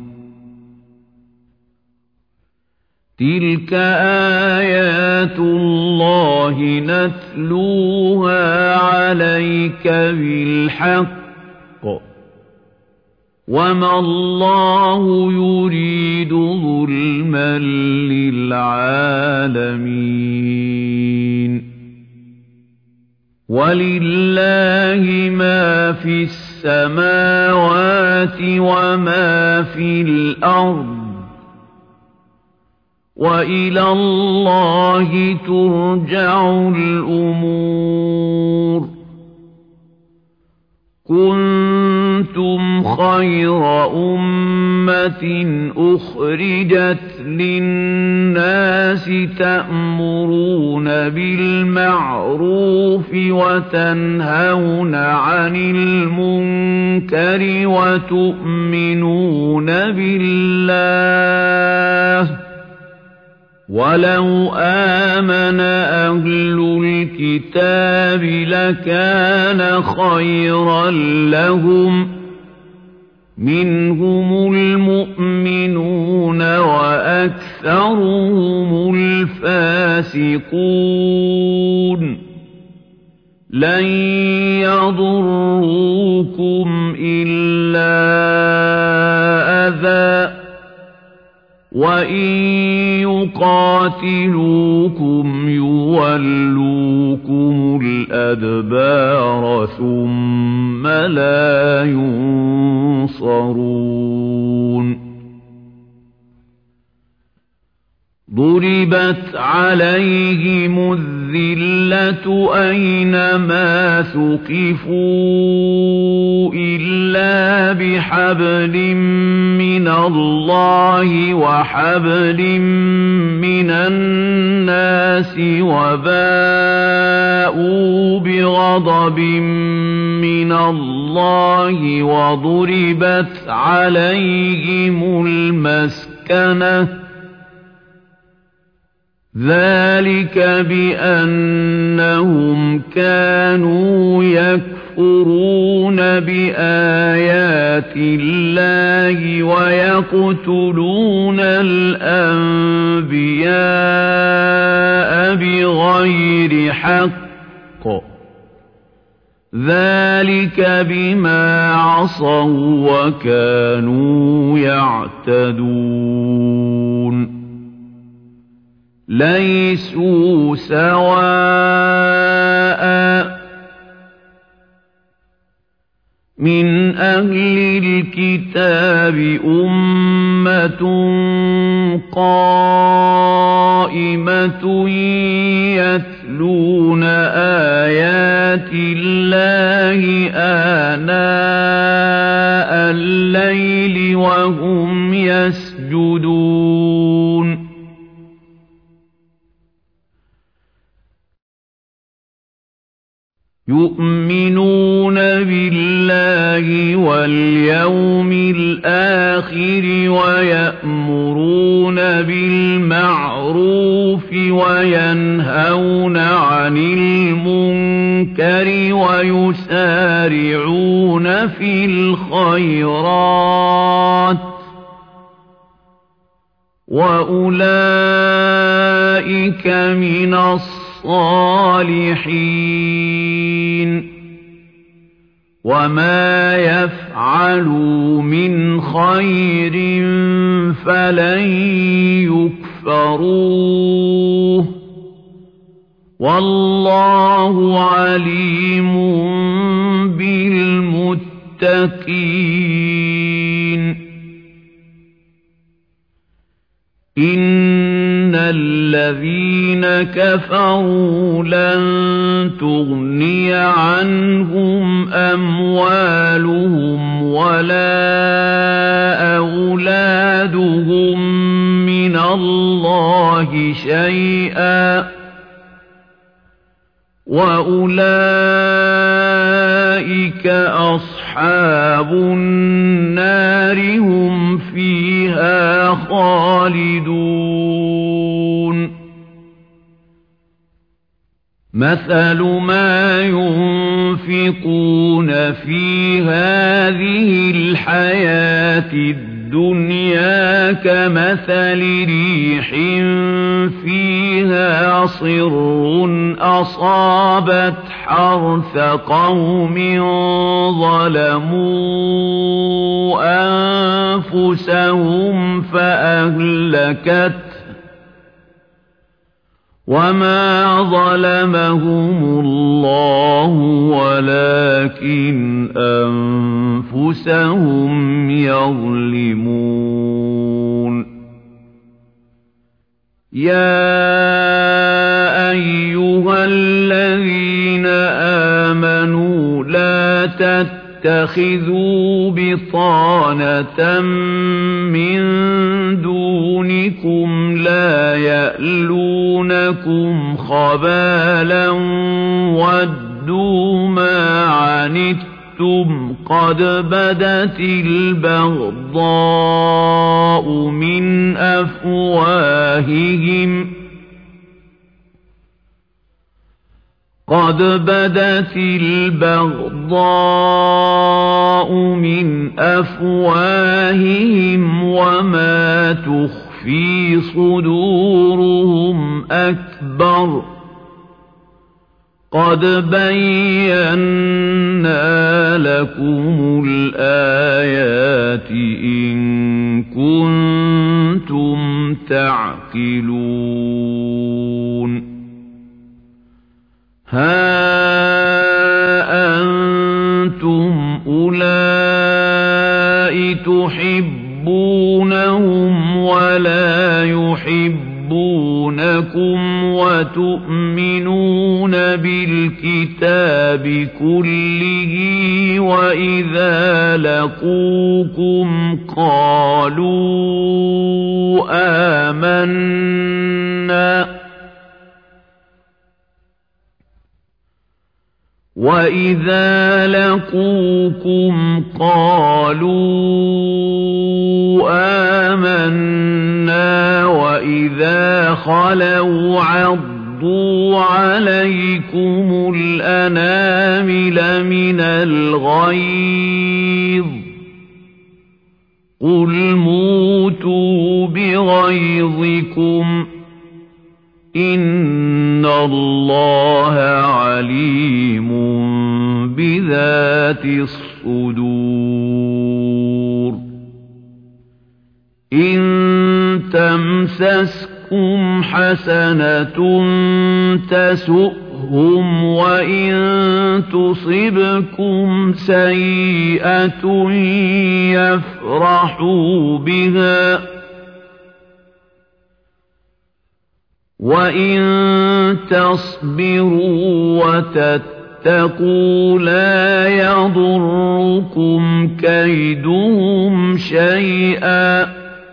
تِلْكَ آيَاتُ اللَّهِ نَتْلُوهَا عَلَيْكَ بِالْحَقِّ وَمَا اللَّهُ يُرِيدُ ظُلْمًا لِلْعَالَمِينَ وَلِلَّهِ مَا فِي السَّمَاوَاتِ وَمَا فِي الْأَرْضِ وإلى الله ترجع الأمور كنتم خير أمة أخرجت للناس تأمرون بالمعروف وتنهون عن المنكر وتؤمنون بالله ولو آمن أهل الكتاب لكان خيرا لهم منهم المؤمنون وأكثرهم الفاسقون لن يضروكم إلا أذى وإن يقاتلوكم يولوكم الأدبار ثم لا ينصرون ضربت عليهم الذلة أينما ثقفوا إلا بحبل من الله وحبل من الناس وباءوا بغضب من الله وضربت عليهم المسكنة ذلك بأنهم كانوا يكفرون بآيات الله ويقتلون الأنبياء بغير حق ذلك بما عصوا وكانوا يعتدون ليسوا سواء من أهل الكتاب أمة قائمة يتلون آيات الله آناء الليل وهم يسجدون يؤمنون بالله واليوم الآخر ويأمرون بالمعروف وينهون عن المنكر ويسارعون في الخيرات وأولئك من الصالحين وما يفعلوا من خير فلن يكفروه والله عليم بالمتقين إن الذين كفروا لن تغني عنهم أموالهم ولا أولادهم من الله شيئا وأولئك أصحاب النار هم فيها خالدون مثل ما ينفقون في هذه الحياة الدنيا كمثل ريح فيها صر أصابت حرث قوم ظلموا أنفسهم فأهلكت وما ظلمهم الله ولكن أنفسهم يظلمون يَا أَيُّهَا الَّذِينَ آمَنُوا لَا تَتَّخِذُوا بِطَانَةً مِّن دُونِكُمْ لَا يَأْلُونَكُمْ خَبَالًا وَدُّوا مَا عَنِتُّمْ قَدْ بَدَتِ الْبَغْضَاءُ مِنْ أَفْوَاهِهِمْ قَدْ بَدَتِ الْبَغْضَاءُ مِنْ أَفْوَاهِهِمْ وَمَا تُخْفِي صُدُورُهُمْ أَكْبَرُ قَدْ بَيَّنَّا لَكُمُ الْآيَاتِ إِن كُنتُمْ تَعْقِلُونَ هَا أَنتُمْ أُولَاءِ تُحِبُّونَهُمْ وَلَا يُحِبُّونَكُمْ وَتُؤْمِنُونَ بِالْكِتَابِ كُلِّهِ وَإِذَا لَقُوكُمْ قَالُوا آمَنَّا وَإِذَا لَقُوكُمْ قَالُوا آمَنَّا وَإِذَا خَلَوْا عَضُّوا عَلَيْكُمُ الْأَنَامِلَ مِنَ الْغَيْظِ قُلْ مُوتُوا بِغَيْظِكُمْ إِنَّ اللَّهَ عَلِيمٌ بِذَاتِ الصُّدُورِ إِن تَمْسَسْكُمْ حَسَنَةٌ تَسُؤْهُمْ وَإِن تُصِبْكُمْ سَيِّئَةٌ يَفْرَحُوا بِهَا وَإِن تَصْبِرُوا وَتَتَّقُوا لَا يَضُرُّكُمْ كَيْدُهُمْ شَيْئًا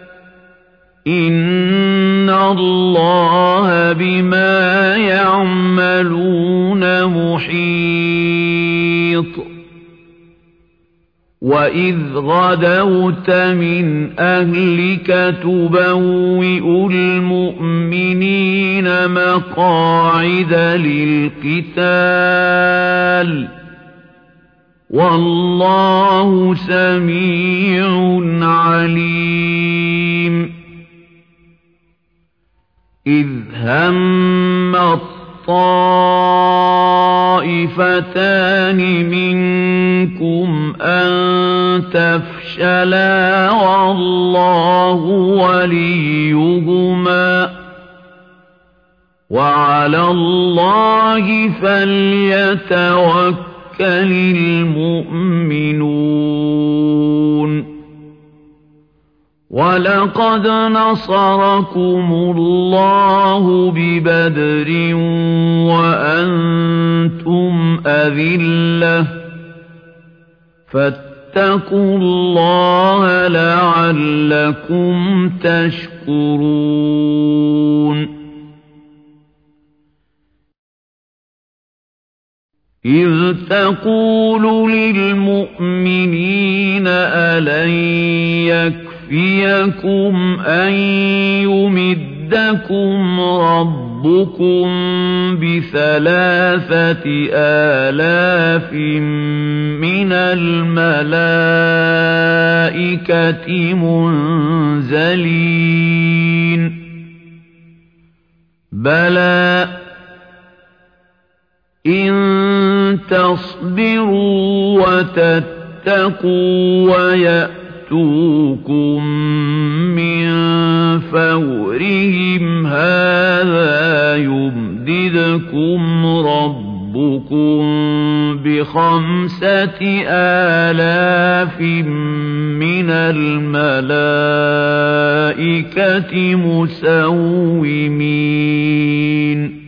إِنَّ اللَّهَ بِمَا يَعْمَلُونَ مُحِيطٌ وَإِذْ غَدَوْتَ مِنْ أَهْلِكَ تُبَوِّئُ الْمُؤْمِنِينَ مَقَاعِدَ لِلْقِتَالِ وَاللَّهُ سَمِيعٌ عَلِيمٌ إِذْ هَمَّ الطَّائِفَتَانِ مِنكُمْ أَن تَفْشَلَا وَاللَّهُ وَلِيُّهُمَا وَعَلَى اللَّهِ فَلْيَتَوَكَّلِ الْمُؤْمِنُونَ وَلَقَدْ نَصَرَكُمُ اللَّهُ بِبَدْرٍ وَأَنتُمْ أَذِلَّةٌ فَاتَّقُوا اللَّهَ لَعَلَّكُمْ تَشْكُرُونَ إِذْ تَقُولُ لِلْمُؤْمِنِينَ أَلَنْ يَكْفِيَكُمْ أَنْ يُمِدَّكُمْ رَبُّكُمْ بِثَلَاثَةِ آلَافٍ مِنَ الْمَلَائِكَةِ مُنْزَلِينَ بَلَى إِن تَصْبِرُوا وَتَتَّقُوا وَيَأْتُوكُم مِّن فَوْرِهِمْ هَٰذَا يُمْدِدْكُمْ رَبُّكُم ربكم بخمسة آلاف من الملائكة مسومين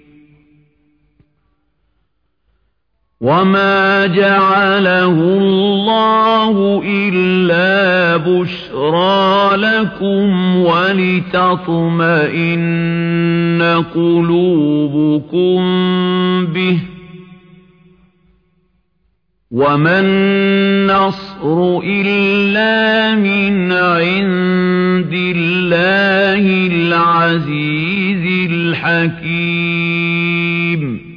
وما جعله الله إلا بشرى لكم ولتطمئن قلوبكم به وما النصر إلا من عند الله العزيز الحكيم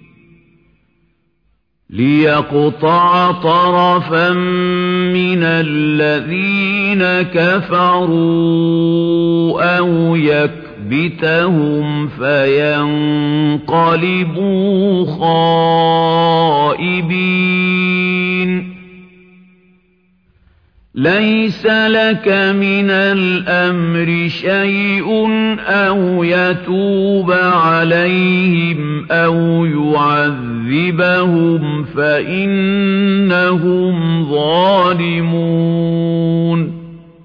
ليقطع طرفا من الذين كفروا أو يكبتهم فينقلبوا خائبين ليس لك من الأمر شيء أو يتوب عليهم أو يعذبهم فإنهم ظالمون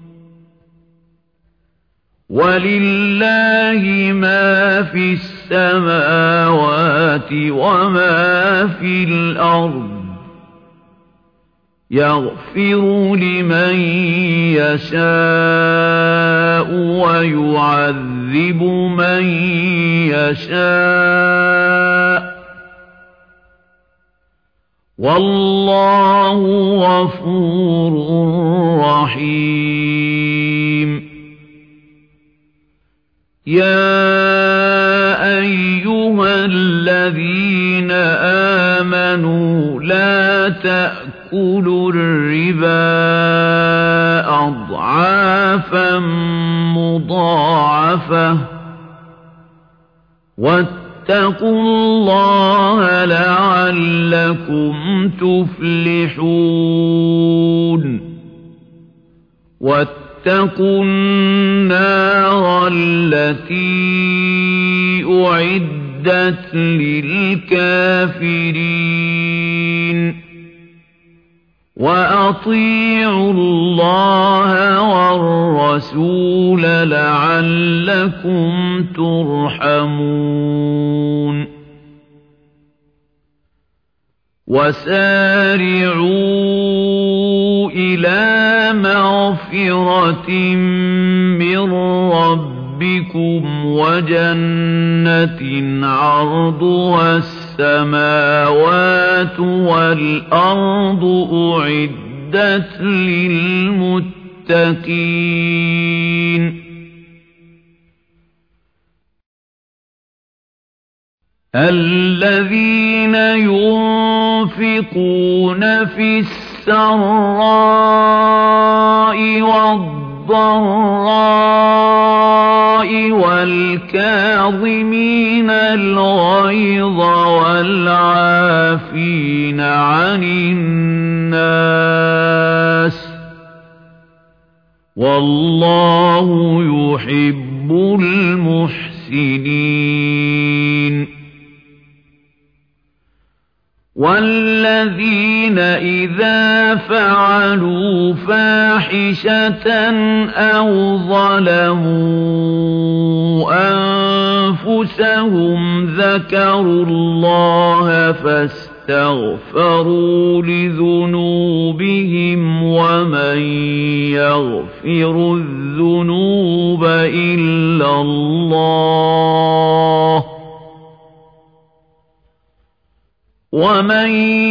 ولله ما في السماوات وما في الأرض يغفر لمن يشاء ويعذب من يشاء والله غفور رحيم يا أيها الذين آمنوا لا تأكلوا الربا أضعافا مضاعفة واتقوا الله لعلكم تفلحون واتقوا النار التي أعدت للكافرين وأطيعوا الله والرسول لعلكم ترحمون وسارعوا إلى مغفرة من ربكم وجنة عرضها السماوات والأرض أعدت للمتقين الذين ينفقون في السراء والضراء والكاظمين الغيظ والعافين عن الناس والله يحب المحسنين والذين إذا فعلوا فاحشة أو ظلموا أنفسهم ذكروا الله فاستغفروا لذنوبهم ومن يغفر الذنوب إلا الله ومن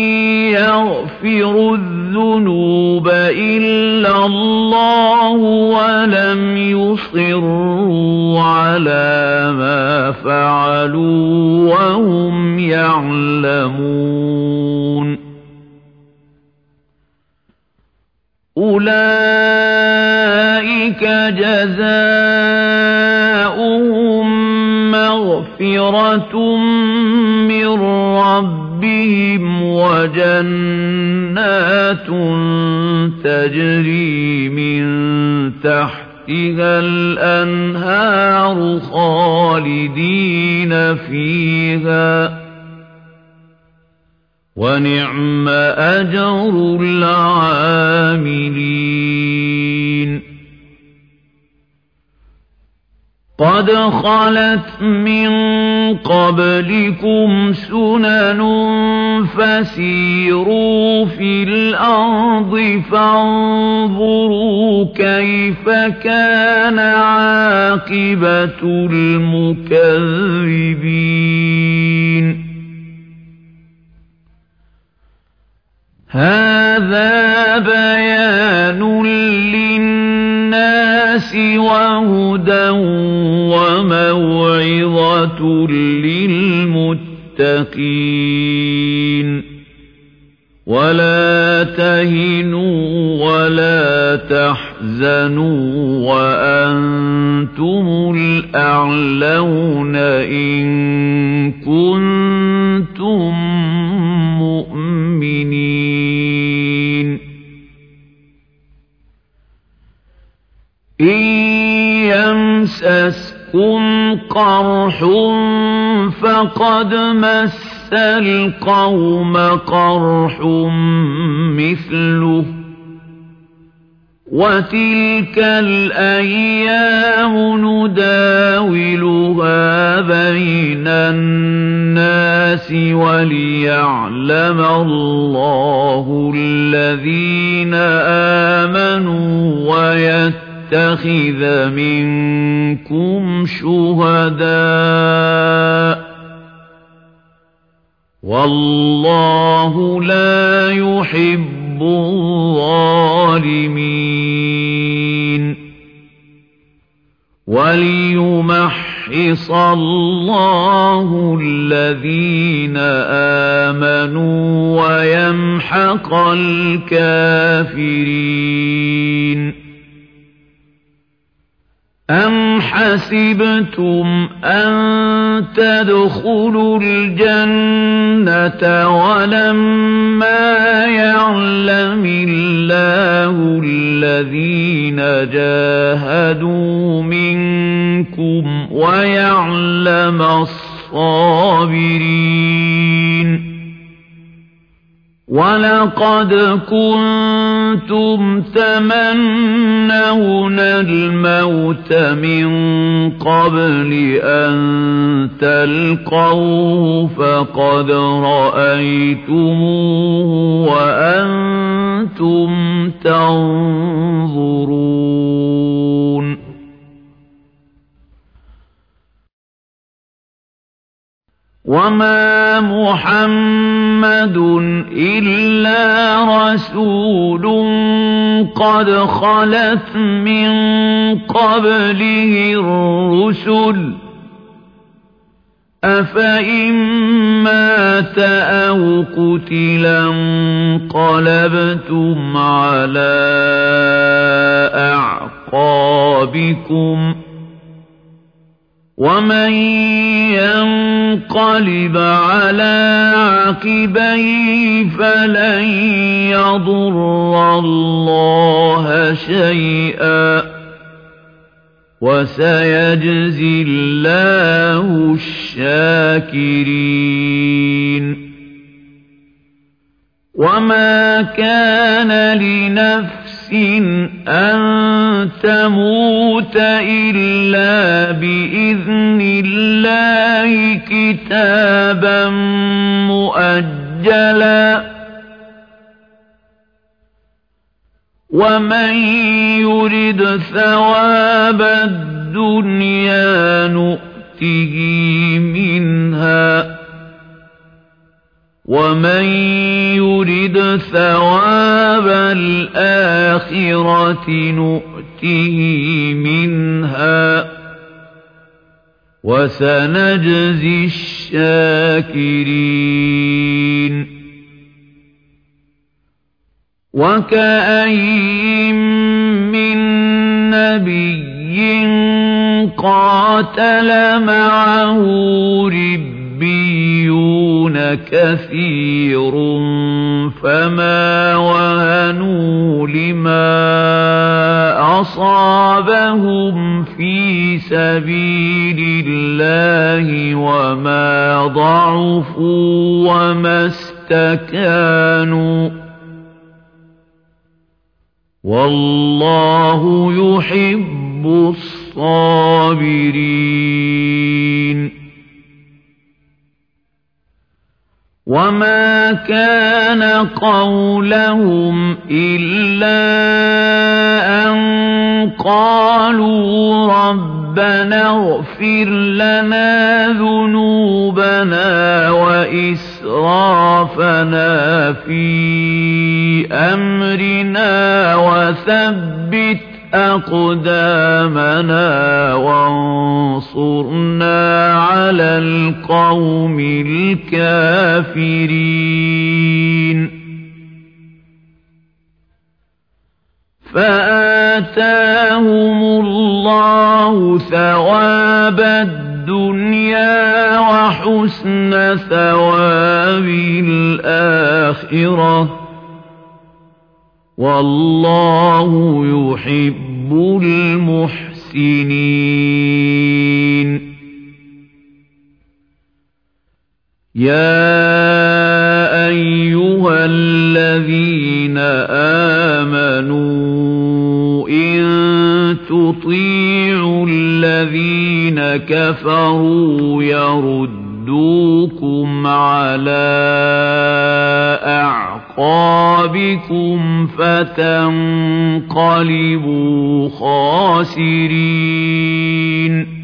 يغفر الذنوب إلا الله ولم يصروا على ما فعلوا وهم يعلمون أولئك جزاؤهم مغفرة من ربهم وجنات تجري من تحتها الأنهار خالدين فيها وَنِعْمَ أَجْرُ الْعَامِلِينَ قَدْ خَلَتْ مِن قَبْلِكُمْ سُنَنٌ فَسِيرُوا فِي الْأَرْضِ فَانظُرُوا كَيْفَ كَانَ عَاقِبَةُ الْمُكَذِّبِينَ هَذَا بَيَانٌ لِّلنَّاسِ وَهُدًى وَمَوْعِظَةٌ لِّلْمُتَّقِينَ وَلَا تَهِنُوا وَلَا تَحْزَنُوا وَأَنتُمُ الْأَعْلَوْنَ إِن كُنتُم مُّؤْمِنِينَ إِن يَمْسَسْكُمْ قَرْحٌ فَقَدْ مَسَّ الْقَوْمَ قَرْحٌ مِثْلُهُ وَتِلْكَ الْأَيَّامُ نُدَاوِلُهَا بَيْنَ النَّاسِ وَلِيَعْلَمَ اللَّهُ الَّذِينَ آمَنُوا وَيَتَّخِذَ مِنكُمْ شُهَدَاءَ وَاللَّهُ لَا يُحِبُّ الظَّالِمِينَ وَلِيُمَحِّصَ اللَّهُ الَّذِينَ آمَنُوا وَيَمْحَقَ الْكَافِرِينَ أَمْ حَسِبْتُمْ أَن تَدْخُلُوا الْجَنَّةَ وَلَمَّا يَعْلَمِ اللَّهُ الَّذِينَ جَاهَدُوا مِنكُمْ وَيَعْلَمَ الصَّابِرِينَ وَلَقَدْ كُنتُمْ تَمَنَّوْنَ الْمَوْتَ مِن قَبْلِ أَن تَلْقَوْهُ فَقَدْ رَأَيْتُمُوهُ وَأَنتُمْ تَنظُرُونَ وَمَا مُحَمَّدٌ إِلَّا رَسُولٌ قَدْ خَلَتْ مِن قَبْلِهِ الرُّسُلُ أَفَإِن مَّاتَ أَوْ قُتِلَ انقَلَبْتُمْ عَلَىٰ أَعْقَابِكُمْ وَمَن يَنقَلِبْ عَلَىٰ عَقِبَيْهِ فَلَن يَضُرَّ اللَّهَ شَيْئًا وَسَيَجْزِي اللَّهُ الشَّاكِرِينَ وَمَا كَانَ لِنَفْسٍ أَن تَمُوتَ إِلَّا بِإِذْنِ اللَّهِ كِتَابًا مُّؤَجَّلًا وَمَن يُرِدْ ثَوَابَ الدُّنْيَا نُؤْتِهِ مِنْهَا وَمَن يُرِدْ ثَوَابَ الْآخِرَةِ نُؤْتِهِ مِنْهَا وَسَنَجْزِي الشَّاكِرِينَ وَكَأَيِّن مِّن نَّبِيٍّ قَاتَلَ مَعَهُ رِبِّيُّونَ كَثِيرٌ فَمَا وَهَنُوا لِمَا أَصَابَهُمْ فِي سَبِيلِ اللَّهِ وَمَا ضَعُفُوا وَمَا اسْتَكَانُوا اسْتَكَانُوا وَاللَّهُ يُحِبُّ الصَّابِرِينَ وَمَا كَانَ قَوْلَهُمْ إِلَّا أَن قَالُوا رَبَّنَا اغْفِرْ لَنَا ذُنُوبَنَا وَإِسْرَافَنَا فِي أَمْرِنَا وَثَبِّتْ أَقْدَامَنَا وَانصُرْنَا عَلَى الْقَوْمِ الْكَافِرِينَ فَآتَاهُمُ اللَّهُ ثَوَابَ الدُّنْيَا وَحُسْنَ ثَوَابِ الْآخِرَةِ وَاللَّهُ يُحِبُّ الْمُحْسِنِينَ يَا أَيُّهَا الَّذِينَ آمَنُوا إِن تُطِيعُوا الَّذِينَ كَفَرُوا يَرُدُّوكُمْ عَلَى أَعْقَابِكُمْ فَتَنقَلِبُوا خَاسِرِينَ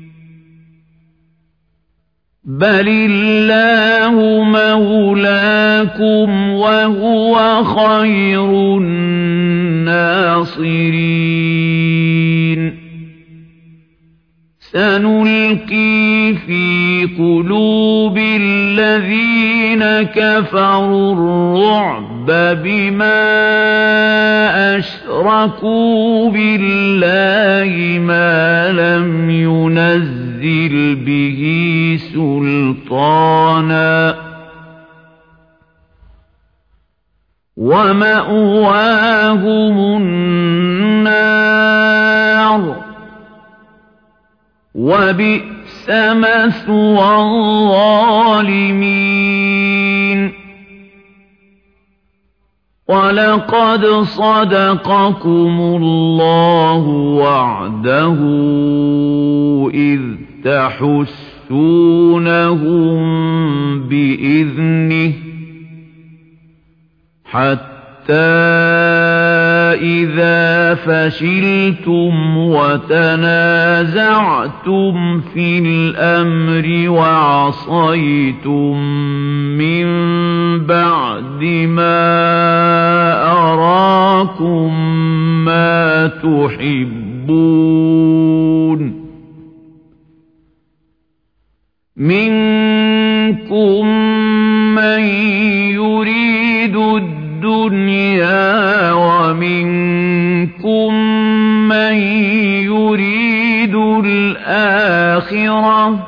بَلِ اللَّهُ مَوْلَاكُمْ وَهُوَ خَيْرُ النَّاصِرِينَ سَنُلْقِي فِي قُلُوبِ الَّذِينَ كَفَرُوا الرُّعْبَ بِمَا أَشْرَكُوا بِاللَّهِ مَا لَمْ يُنَزِّلْ بِهِ سُلْطَانًا وَمَأْوَاهُمُ النَّارُ وَبِئْسَ مَثْوَى الظَّالِمِينَ وَلَقَدْ صَدَقَكُمُ اللَّهُ وَعْدَهُ إِذْ تَحُسُّونَهُم بِإِذْنِهِ حَتَّى إِذَا فَشِلْتُمْ وَتَنَازَعْتُمْ فِي الْأَمْرِ وَعَصَيْتُم مِّن بَعْدِ مَا أَرَاكُم مَّا تُحِبُّونَ مِنكُم مَّن يُرِيدُ الدُّنْيَا وَمِنكُم مَّن يُرِيدُ الْآخِرَةَ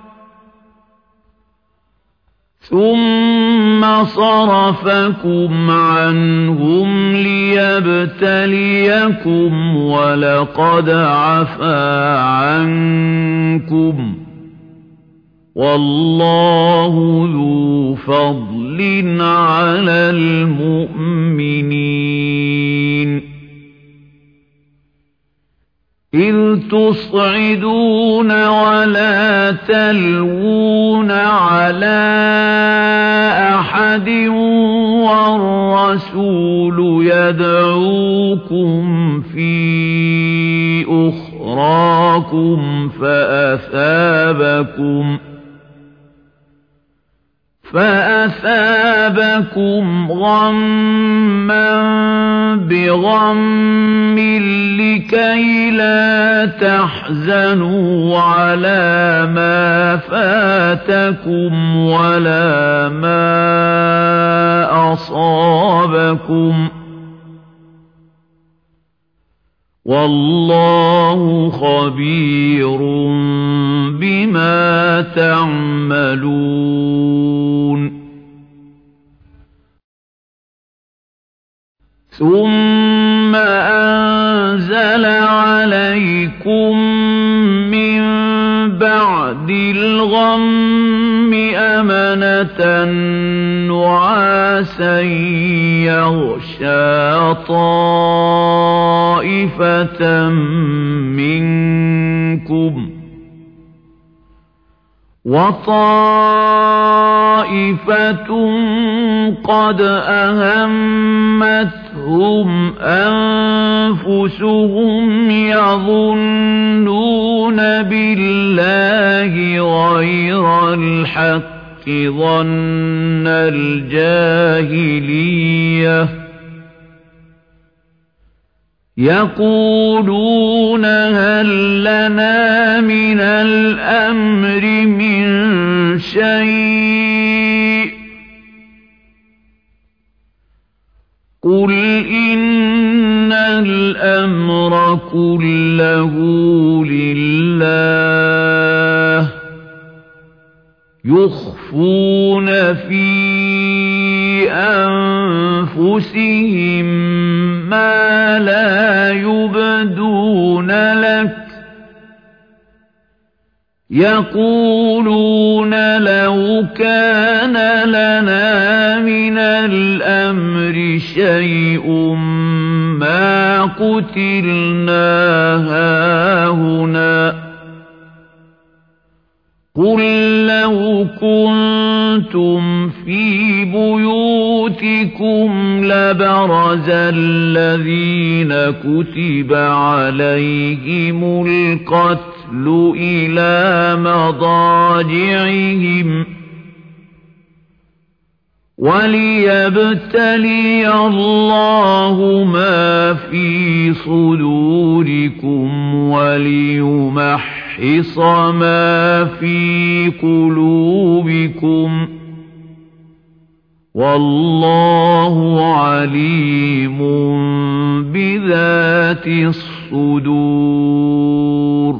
ثُمَّ صَرَفَكُمْ عَنْهُمْ لِيَبْتَلِيَكُمْ وَلَقَدْ عَفَا عَنكُمْ وَاللَّهُ ذُو فَضْلٍ عَلَى الْمُؤْمِنِينَ إِذْ تُصْعِدُونَ وَلَا تَلْوُونَ عَلَى أَحَدٍ وَالرَّسُولُ يَدْعُوكُمْ فِي أُخْرَاكُمْ فَأَثَابَكُمْ فَأَثَابَكُمْ غَمًّا بِغَمٍّ لِكَيْ لَا تَحْزَنُوا عَلَى مَا فَاتَكُمْ وَلَا مَا أَصَابَكُمْ وَاللَّهُ خَبِيرٌ بِمَا تَعْمَلُونَ ثُمَّ أَنزَلَ عَلَيْكُم مِّن بَعْدِ الْغَمِّ أَمَنَةً طَائِفَةً نُعَاسًا يَغْشَىٰ طَائِفَةً مِّنكُمْ وَطَائِفَةٌ قَدْ أَهَمَّتْهُمْ أَنفُسُهُمْ يَظُنُّونَ بِاللَّهِ غَيْرَ الْحَقِّ ظَنَّ الْجَاهِلِيَّةِ يَقُولُونَ هَل لَّنَا مِنَ الْأَمْرِ مِن شَيْءٍ قُلْ إِنَّ الْأَمْرَ كُلَّهُ لِلَّهِ يُخْفُونَ فِي أَنفُسِهِم مَّا لَا يُبْدُونَ لَكَ يَقُولُونَ لَوْ كَانَ لَنَا مِنَ الْأَمْرِ شَيْءٌ مَّا قُتِلْنَا هَاهُنَا قُل لَّوْ كُنتُمْ فِي بُيُوتِكُمْ لَبَرَزَ الَّذِينَ كُتِبَ عَلَيْهِمُ الْقَتْلُ إِلَىٰ مَضَاجِعِهِمْ وَلِيَبْتَلِيَ اللَّهُ مَا فِي صُدُورِكُمْ وَلِيُمَحِّصَ مَا فِي قُلُوبِكُمْ وَاللَّهُ عَلِيمٌ بِذَاتِ الصُّدُورِ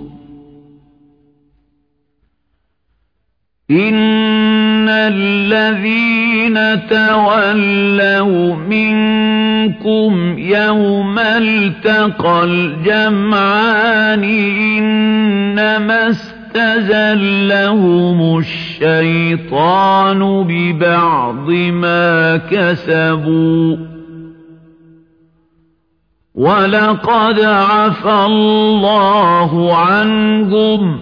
إِنَّ الَّذِينَ تَوَلَّوْا مِنكُمْ يَوْمَ الْتَقَى الْجَمْعَانِ إِنَّمَا اسْتَزَلَّهُمُ الشَّيْطَانُ بِبَعْضِ مَا كَسَبُوا وَلَقَدْ عَفَا اللَّهُ عَنْهُمْ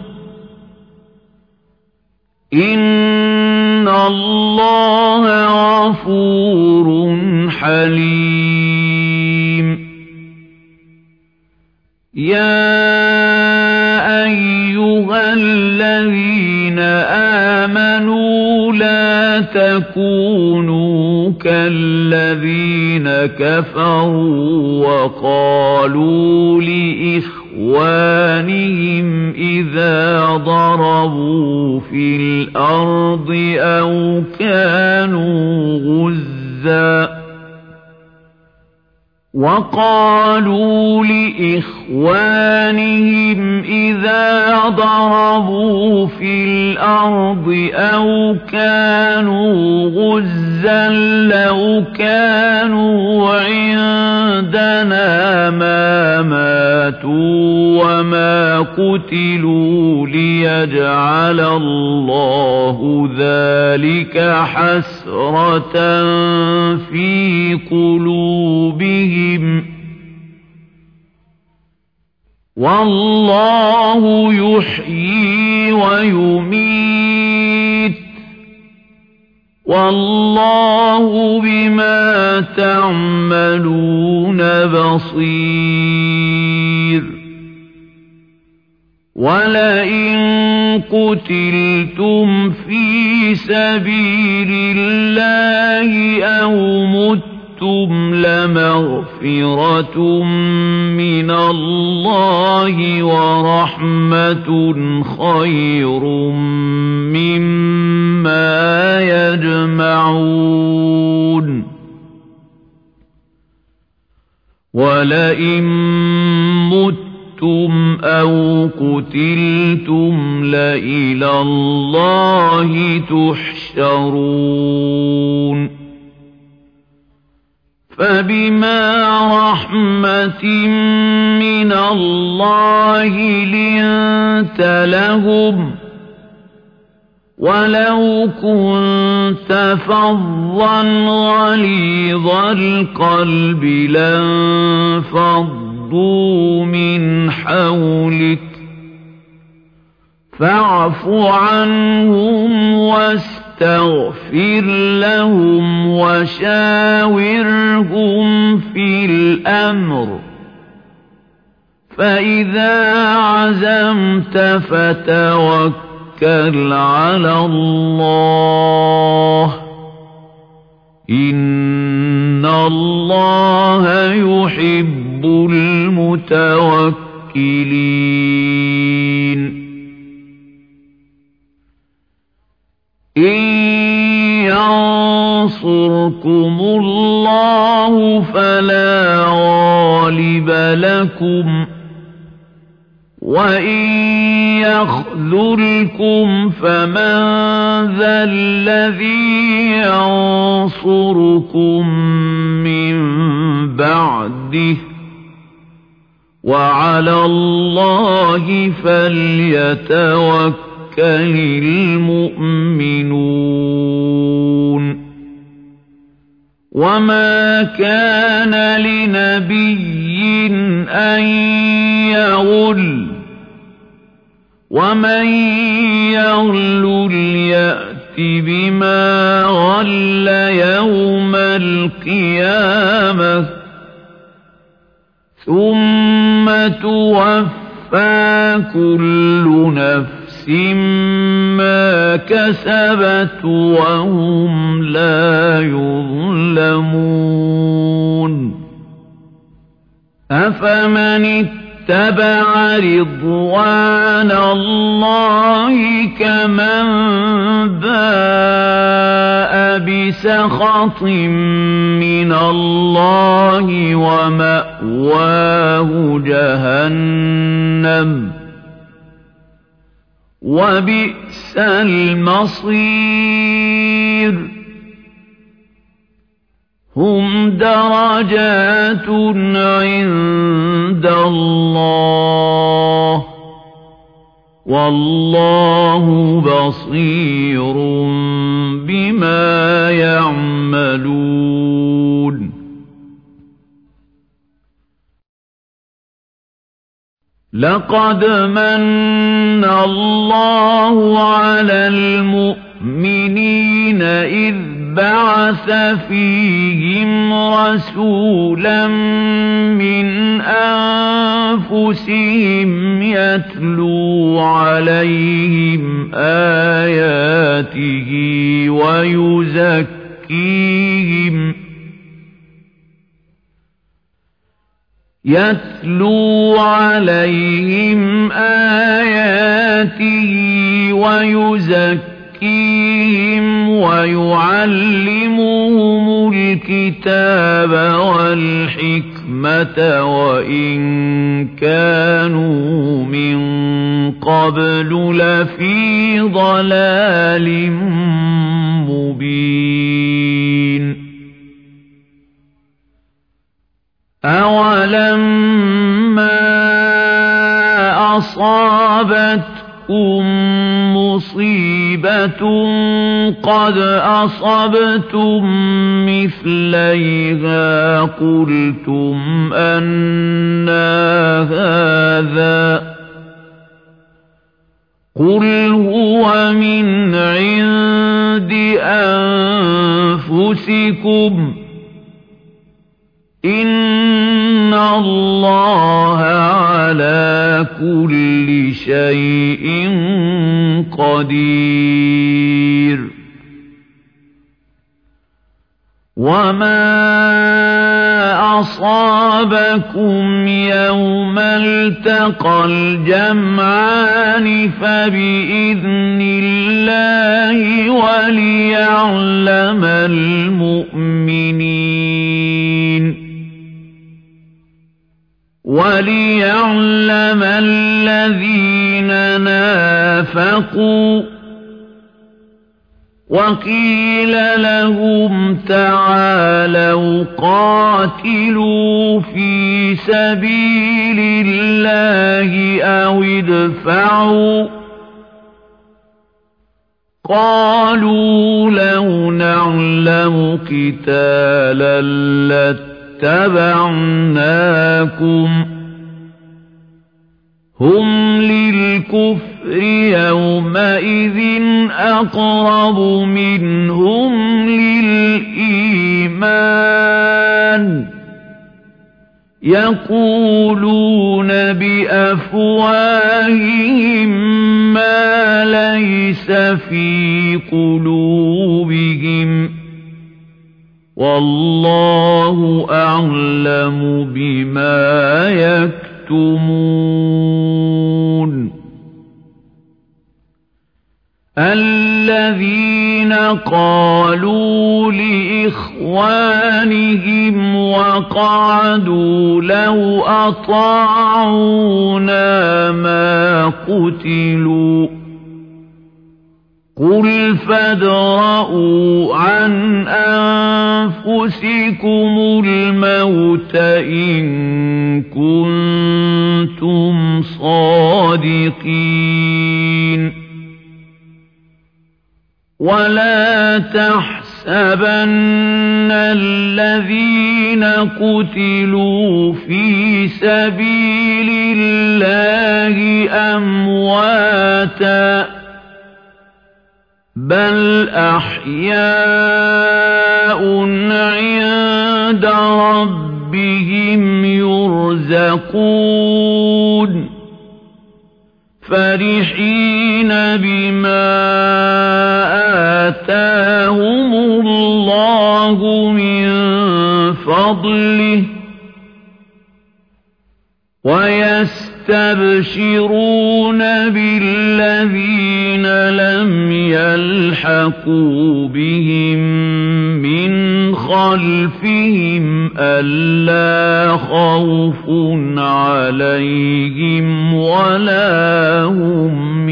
إِنَّ اللَّهَ غَفُورٌ حَلِيمٌ يَا أَيُّهَا الَّذِينَ آمَنُوا لَا تَكُونُوا كَالَّذِينَ كَفَرُوا وَقَالُوا لِإِخْوَانِهِمْ إِذَا ضَرَبُوا فِي الْأَرْضِ أَوْ كَانُوا غُزًّى وَقَالُوا لِإِخْوَانِهِمْ إِذَا ضَرَبُوا فِي الْأَرْضِ أَوْ كَانُوا غُزًّى لَّوْ كَانُوا عِندَنَا مَا مَاتُوا وَمَا قُتِلُوا لِيَجْعَلَ اللَّهُ ذَلِكَ حَسْرَةً فِي قُلُوبِهِمْ وَاللَّهُ يُحْيِي وَيُمِيتُ وَاللَّهُ بِمَا تَعْمَلُونَ بَصِيرٌ وَلَئِن قُتِلْتُمْ فِي سَبِيلِ اللَّهِ أَوْ مُتُّمْ لَمَغْفِرَةٌ مِّنَ اللَّهِ وَرَحْمَةٌ خَيْرٌ مِّمَّا يَجْمَعُونَ وَلَئِن مُّتُّمْ أَوْ قُتِلْتُمْ لَإِلَى اللَّهِ تُحْشَرُونَ فَبِمَا رَحْمَةٍ مِّنَ اللَّهِ لِنتَ لَهُمْ وَلَوْ كُنتَ فَظًّا غَلِيظَ الْقَلْبِ لَانفَضُّوا مِنْ حَوْلِكَ فَاعْفُ عَنْهُمْ وَاسْتَغْفِرْ لَهُمْ وَشَاوِرْهُمْ فِي الْأَمْرِ فَإِذَا عَزَمْتَ فَتَوَكَّلْ عَلَى اللَّهِ إِنَّ اللَّهَ يُحِبُّ الْمُتَوَكِّلِينَ إِن يَنصُرْكُمُ اللَّهُ فَلَا غَالِبَ لَكُمْ وَإِن يَخْذُلْكُمْ فَمَنْ ذَا الَّذِي يَنصُرُكُمْ مِنْ بَعْدِهِ وَعَلَى اللَّهِ فَلْيَتَوَكَّلِ الْمُؤْمِنُونَ وَمَا كَانَ لِنَبِيٍّ أَن يَغُلَّ وَمَن يَغْلُلْ يَأْتِ بِمَا غَلَّ يَوْمَ الْقِيَامَةِ ثُمَّ تُوَفَّىٰ كُلُّ نَفْسٍ مَّا كَسَبَتْ وَهُمْ لَا يُظْلَمُونَ أَفَمَنِ اتَّبَعَ رِضْوَانَ اللَّهِ كَمَن بَاءَ بِسَخَطٍ مِّنَ اللَّهِ وَمَأْوَاهُ جَهَنَّمُ وَبِئْسَ الْمَصِيرُ هُمْ دَرَجَاتٌ عِندَ اللَّهِ وَاللَّهُ بَصِيرٌ بِمَا يَعْمَلُونَ لَقَدْ مَنَّ اللَّهُ عَلَى الْمُؤْمِنِينَ إِذْ بَعَثَ فِيهِمْ رَسُولًا مِّنْ أَنفُسِهِمْ يَتْلُو عَلَيْهِمْ آيَاتِهِ وَيُزَكِّيهِمْ يَتْلُو عَلَيْهِمْ آيَاتِهِ وَيُزَكِّيهِمْ وَيُعَلِّمُهُمُ الْكِتَابَ وَالْحِكْمَةَ وَإِن كَانُوا مِن قَبْلُ لَفِي ضَلَالٍ مُّبِينٍ أَوَلَمَّا أَصَابَتْكُم مُّصِيبَةٌ قَدْ أَصَبْتُم مِّثْلَيْهَا قُلْتُمْ أَنَّىٰ هَٰذَا قُلْ هُوَ مِنْ عِندِ أَنفُسِكُمْ إِنَّ اللَّهَ عَلَىٰ كُلِّ شَيْءٍ قَدِيرٌ وَمَا أَصَابَكُمْ يَوْمَ الْتَقَى الْجَمْعَانِ فَبِإِذْنِ اللَّهِ وَلِيَعْلَمَ الْمُؤْمِنِينَ وَلِيَعْلَمَ الَّذِينَ نَافَقُوا وَقِيلَ لَهُمْ تَعَالَوْا قَاتِلُوا فِي سَبِيلِ اللَّهِ أَوِ ادْفَعُوا قالوا لو نعلم قتالا لاتبعناكم هم للكفر يومئذ أقرب منهم للإيمان يقولون بأفواههم ما ليس في قلوبهم والله أعلم بما يكتمون الذين قالوا لإخوانهم وقعدوا لو أطاعونا ما قتلوا قل فادرءوا عن أنفسكم الموت إن كنتم صادقين ولا تحسبن الذين قتلوا في سبيل الله أمواتا بل أحياء عند ربهم يرزقون فرحين بما آتاهم الله من فضله ويستبشرون بالذين لم يلحقوا بهم من خلفهم ألا خوف عليهم ولا هم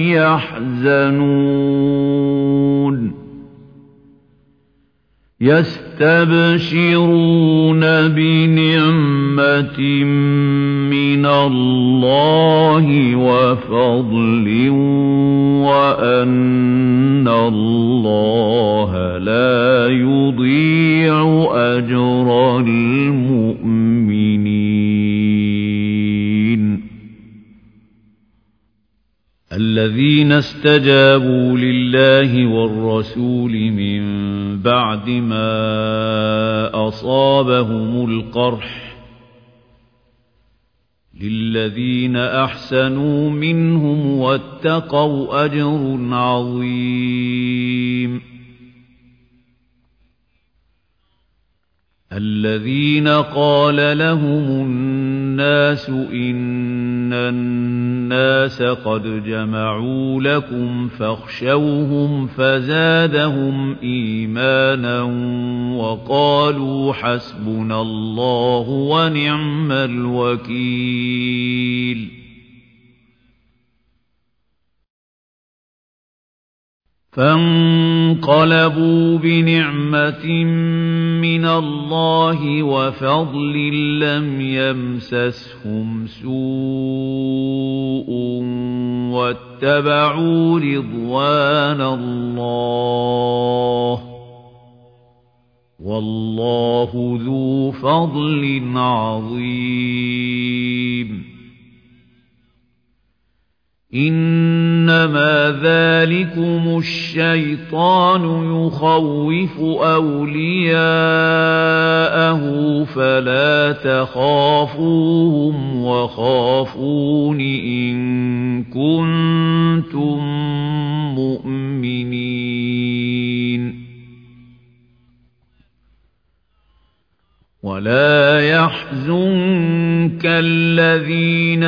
يحزنون يستبشرون بنعمة من الله وفضل وأن الله لا يضيع أجر المؤمنين الذين استجابوا لله والرسول من بعد ما أصابهم القرح للذين أحسنوا منهم واتقوا أجر عظيم الذين قال لهم الناس إن الناس قد جمعوا لكم فاخشوهم فزادهم إيمانا وقالوا حسبنا الله ونعم الوكيل فانقلبوا بنعمة من الله وفضل لم يمسسهم سوء واتبعوا رضوان الله والله ذو فضل عظيم إنما ذلكم الشيطان يخوف أولياءه فلا تخافوهم وخافون إن كنتم مؤمنين ولا يحزنك الذين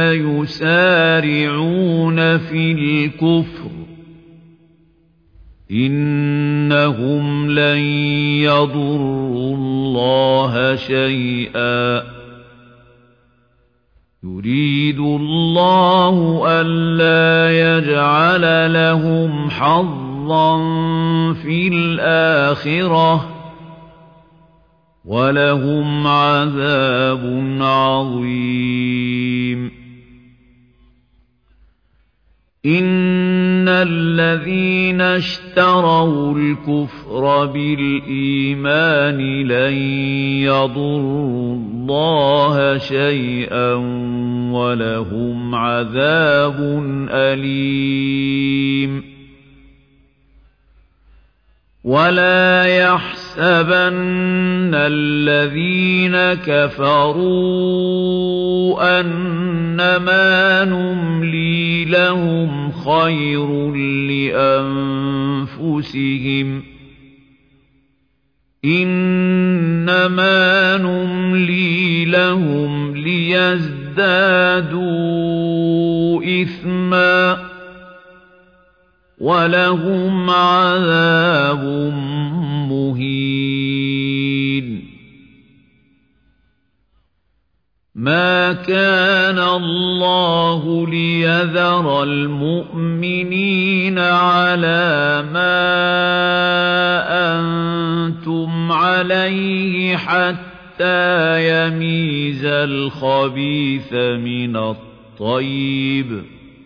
يسارعون في الكفر إنهم لن يضروا الله شيئا يريد الله ألا يجعل لهم حظا في الآخرة ولهم عذاب عظيم إن الذين اشتروا الكفر بالإيمان لن يضروا الله شيئا ولهم عذاب أليم ولا يحسبن الذين كفروا أنما نملي لهم خير لأنفسهم إنما نملي لهم ليزدادوا إثما ولهم عذاب مهين ما كان الله ليذر المؤمنين على ما أنتم عليه حتى يميز الخبيث من الطيب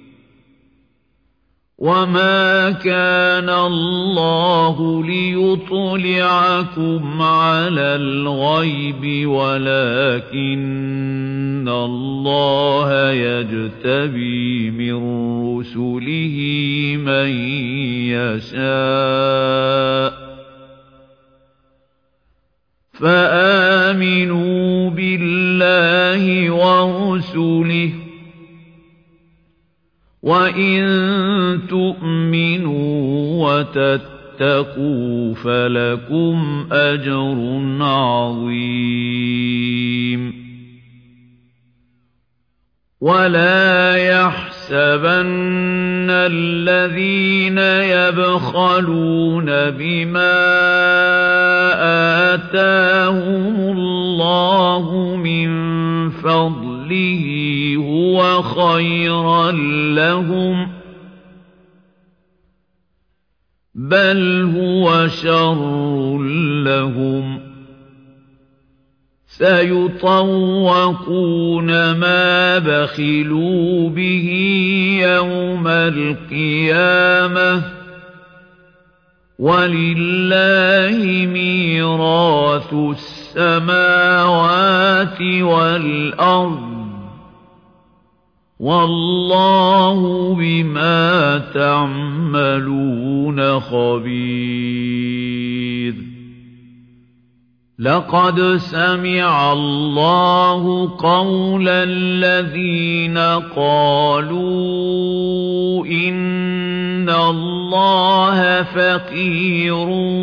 وما كان الله ليطلعكم على الغيب ولكن الله يجتبي من رسله من يشاء فآمنوا بالله ورسله وإن تؤمنوا وتتقوا فلكم أجر عظيم ولا يحسبن الذين يبخلون بما آتاهم الله من فضله هو خيرا لهم بل هو شر لهم سيطوقون ما بخلوا به يوم القيامة ولله ميراث السماوات والأرض والله بما تعملون خبير لقد سمع الله قول الذين قالوا إن الله فقير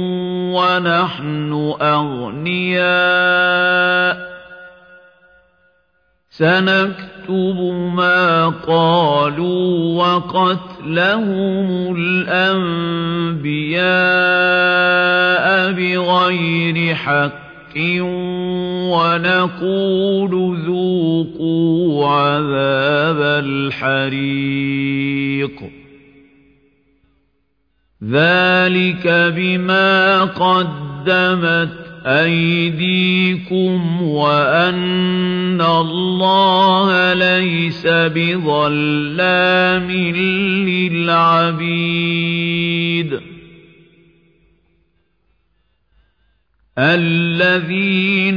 ونحن أغنياء سنكتب ما قالوا وقتلهم الأنبياء بغير حق ونقول ذوقوا عذاب الحريق ذلك بما قدمت أيديكم وأن الله ليس بظلام للعبيد الذين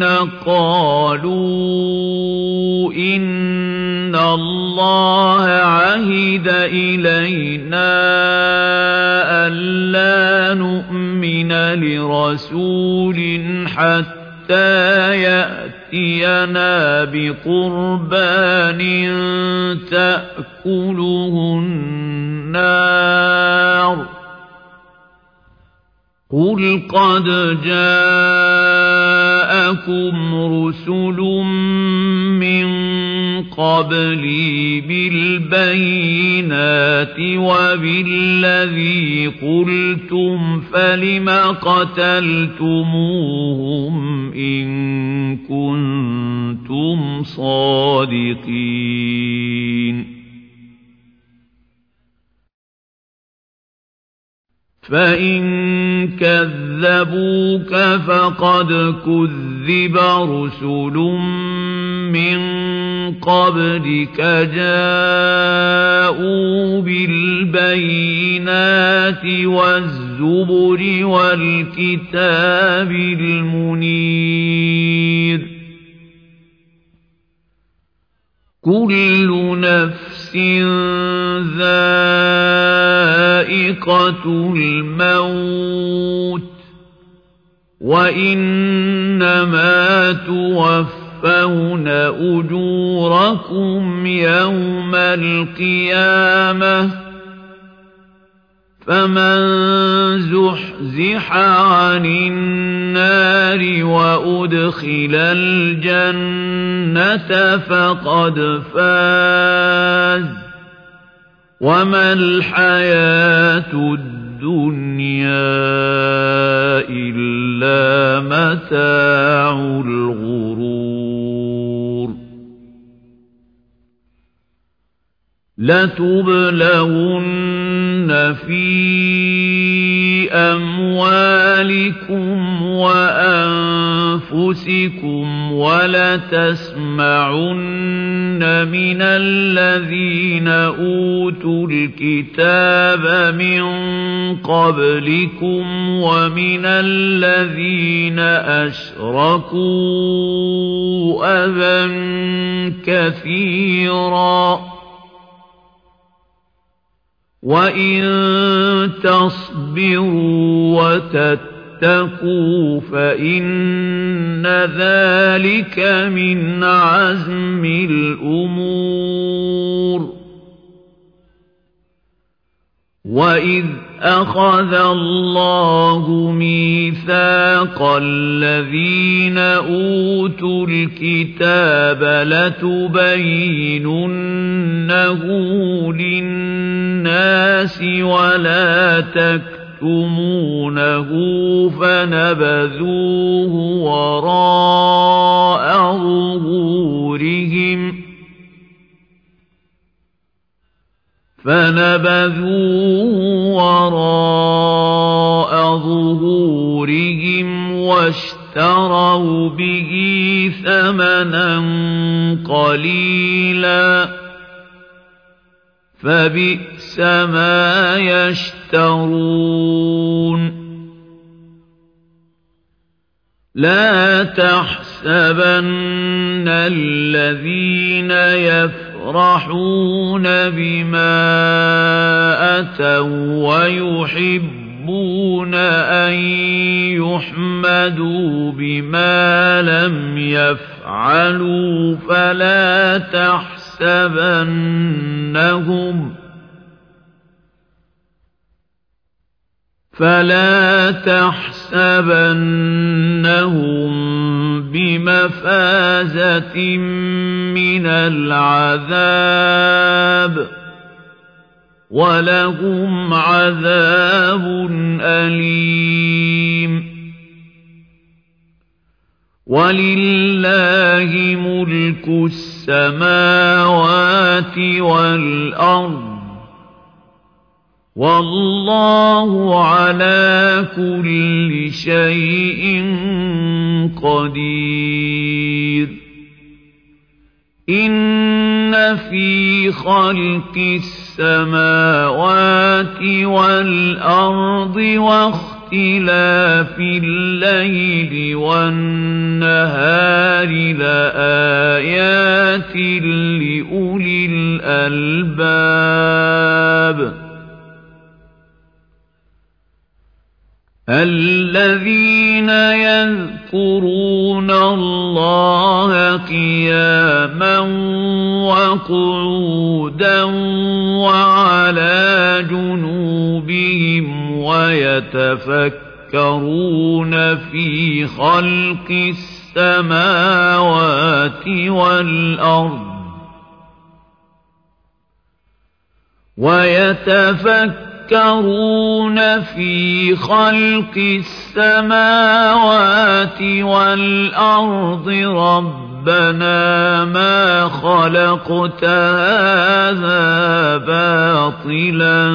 قالوا إن الله عهد إلينا ألا نؤمن لرسول حتى يأتينا بقربان تأكله النار قل قد جاءكم رسل من قبلي بالبينات وبالذي قلتم فلم قتلتموهم إن كنتم صادقين فإن كذبوك فقد كذب رسل من قبلك جاءوا بالبينات والزبر والكتاب المنير كل نفس ذائقة الموت وإنما توفون أجوركم يوم القيامة فمن زحزح عن النار وأدخل الجنة فقد فاز وما الحياة الدنيا إلا متاع الغرور لتبلغن في أموالكم وأنفسكم ولتسمعن من الذين أوتوا الكتاب من قبلكم ومن الذين أشركوا أذى كثيرا وإن تصبروا وتتقوا فإن ذلك من عزم الأمور وإذ أخذ الله ميثاق الذين أوتوا الكتاب لتبيننه للناس ولا تكتمونه فنبذوه وراء ظهورهم فنبذوه وراء ظهورهم واشتروا به ثمنا قليلا فبئس ما يشترون لا تحسبن الذين يفعلون يفرحون بما أتوا ويحبون أن يحمدوا بما لم يفعلوا فلا تحسبنهم فلا تحسبنهم بمفازة من العذاب ولهم عذاب أليم ولله ملك السماوات والأرض والله على كل شيء قدير إن في خلق السماوات والأرض واختلاف الليل والنهار لآيات لأولي الألباب الذين يذكرون الله قياما وقعودا وعلى جنوبهم ويتفكرون في خلق السماوات والأرض ويتفكرون يتفكرون في خلق السماوات والأرض ربنا ما خلقت هذا باطلا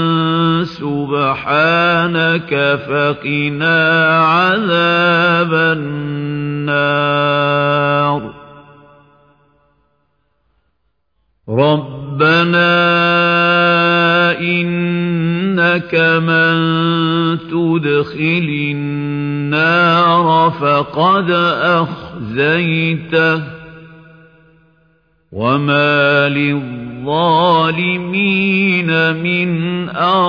سبحانك فقنا عذاب النار رَبَّنَا إِنَّكَ مَن تُدْخِلِ النَّارَ فَقَدْ أَخْزَيْتَهُ وَمَا لِلظَّالِمِينَ مِنْ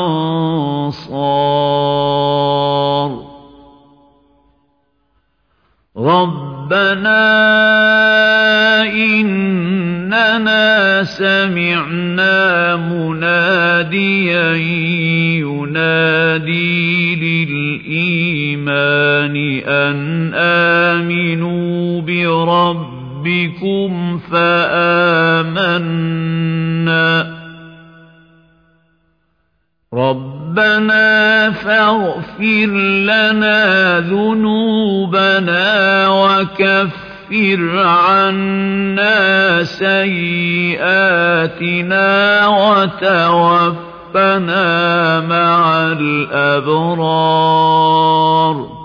أَنصَارٍ رَبَّنَا إِنَّنَا سَمِعْنَا مُنَادِيًا يُنَادِي لِلْإِيمَانِ أَنْ آمِنُوا بِرَبِّكُمْ فَآمَنَّا رَبَّنَا فَاغْفِرْ لَنَا ذُنُوبَنَا وَكَفِّرْ عَنَّا سَيِّئَاتِنَا وَتَوَفَّنَا مَعَ الْأَبْرَارِ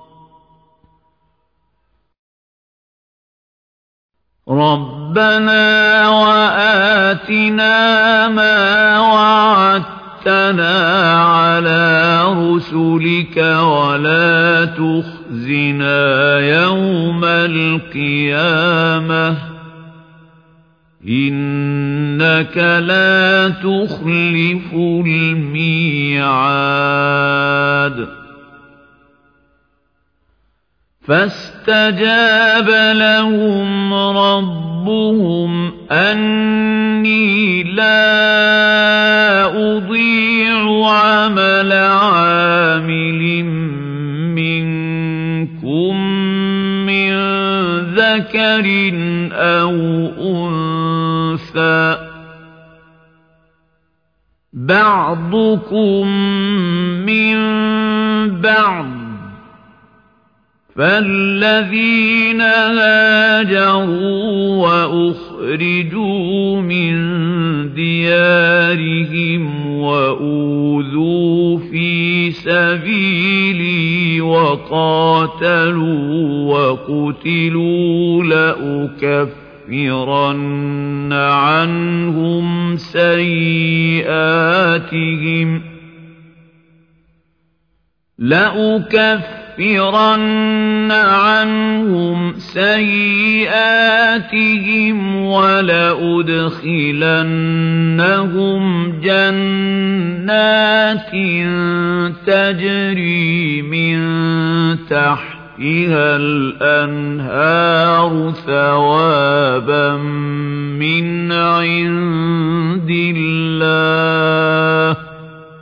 رَبَّنَا وَآتِنَا مَا وَعَدتَّنَا عَلَى رُسُلِكَ وَلَا تُخْزِنَا يَوْمَ الْقِيَامَةِ إِنَّكَ لَا تُخْلِفُ الْمِيعَادَ فَاسْتَجَابَ لَهُمْ رَبُّهُمْ أَنِّي لَا أُضِيعُ عَمَلَ عَامِلٍ مِّنكُم مِّن ذَكَرٍ أَوْ أُنثَىٰ بَعْضُكُم مِّن بَعْضٍ فَالَّذِينَ هَاجَرُوا وَأُخْرِجُوا مِن دِيَارِهِمْ وَأُوذُوا فِي سَبِيلِي وَقَاتَلُوا وَقُتِلُوا لَأُكَفِّرَنَّ عَنْهُمْ سَيِّئَاتِهِمْ لَأُكَفِّرَنَّ لَأُكَفِّرَنَّ عَنْهُمْ سَيِّئَاتِهِمْ وَلَأُدْخِلَنَّهُمْ جَنَّاتٍ تَجْرِي مِن تَحْتِهَا الْأَنْهَارُ ثَوَابًا مِّنْ عِندِ اللَّهِ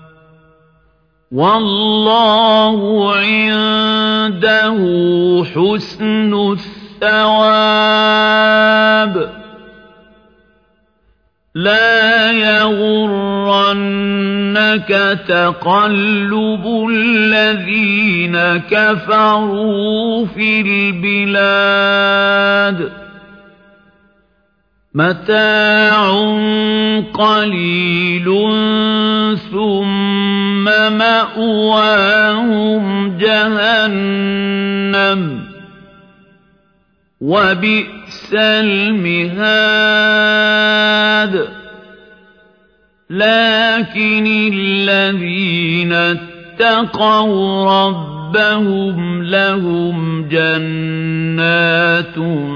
وَاللَّهُ عِندَهُ حُسْنُ الثَّوَابِ لَا يَغُرَّنَّكَ تَقَلُّبُ الَّذِينَ كَفَرُوا فِي الْبِلَادِ مَتَاعٌ قَلِيلٌ ثُمَّ مَأْوَاهُمْ جَهَنَّمُ وَبِئْسَ الْمِهَادُ لَكِنِ الَّذِينَ اتَّقَوْا رَبَّهُمْ لَهُمْ جَنَّاتٌ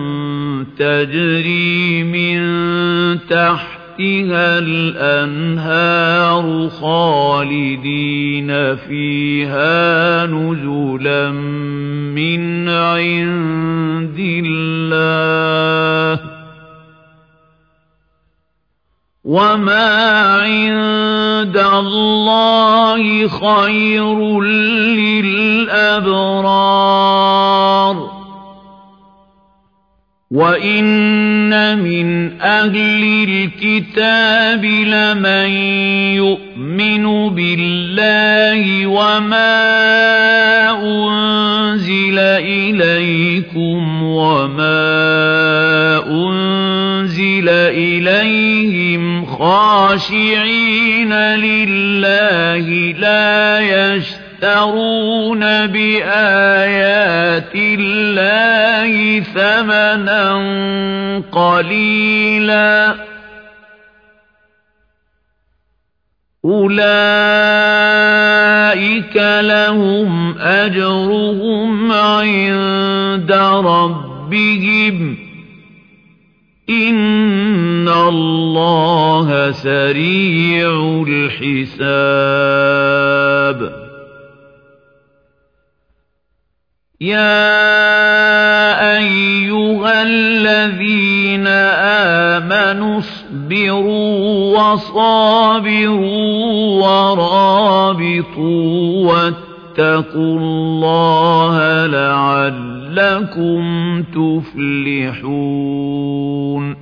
تَجْرِي مِن تَحْتِهَا الْأَنْهَارُ خَالِدِينَ فِيهَا نُزُلًا مِّنْ عِندِ اللَّهِ وَمَا عِندَ اللَّهِ خَيْرٌ لِّلْأَبْرَارِ وَإِنَّ مِنْ أَهْلِ الْكِتَابِ لَمَن يُؤْمِنُ بِاللَّهِ وَمَا أُنزِلَ إِلَيْكُمْ وَمَا أُنزِلَ إِلَيْهِمْ خَاشِعِينَ لِلَّهِ لَا يَشْتَرُونَ بِآيَاتِ اللَّهِ ثَمَنًا قَلِيلًا أولئك لهم أجرهم عند ربهم إن الله سريع الحساب يا أيها الذين آمنوا اصبروا وصابروا ورابطوا واتقوا الله لعلكم تفلحون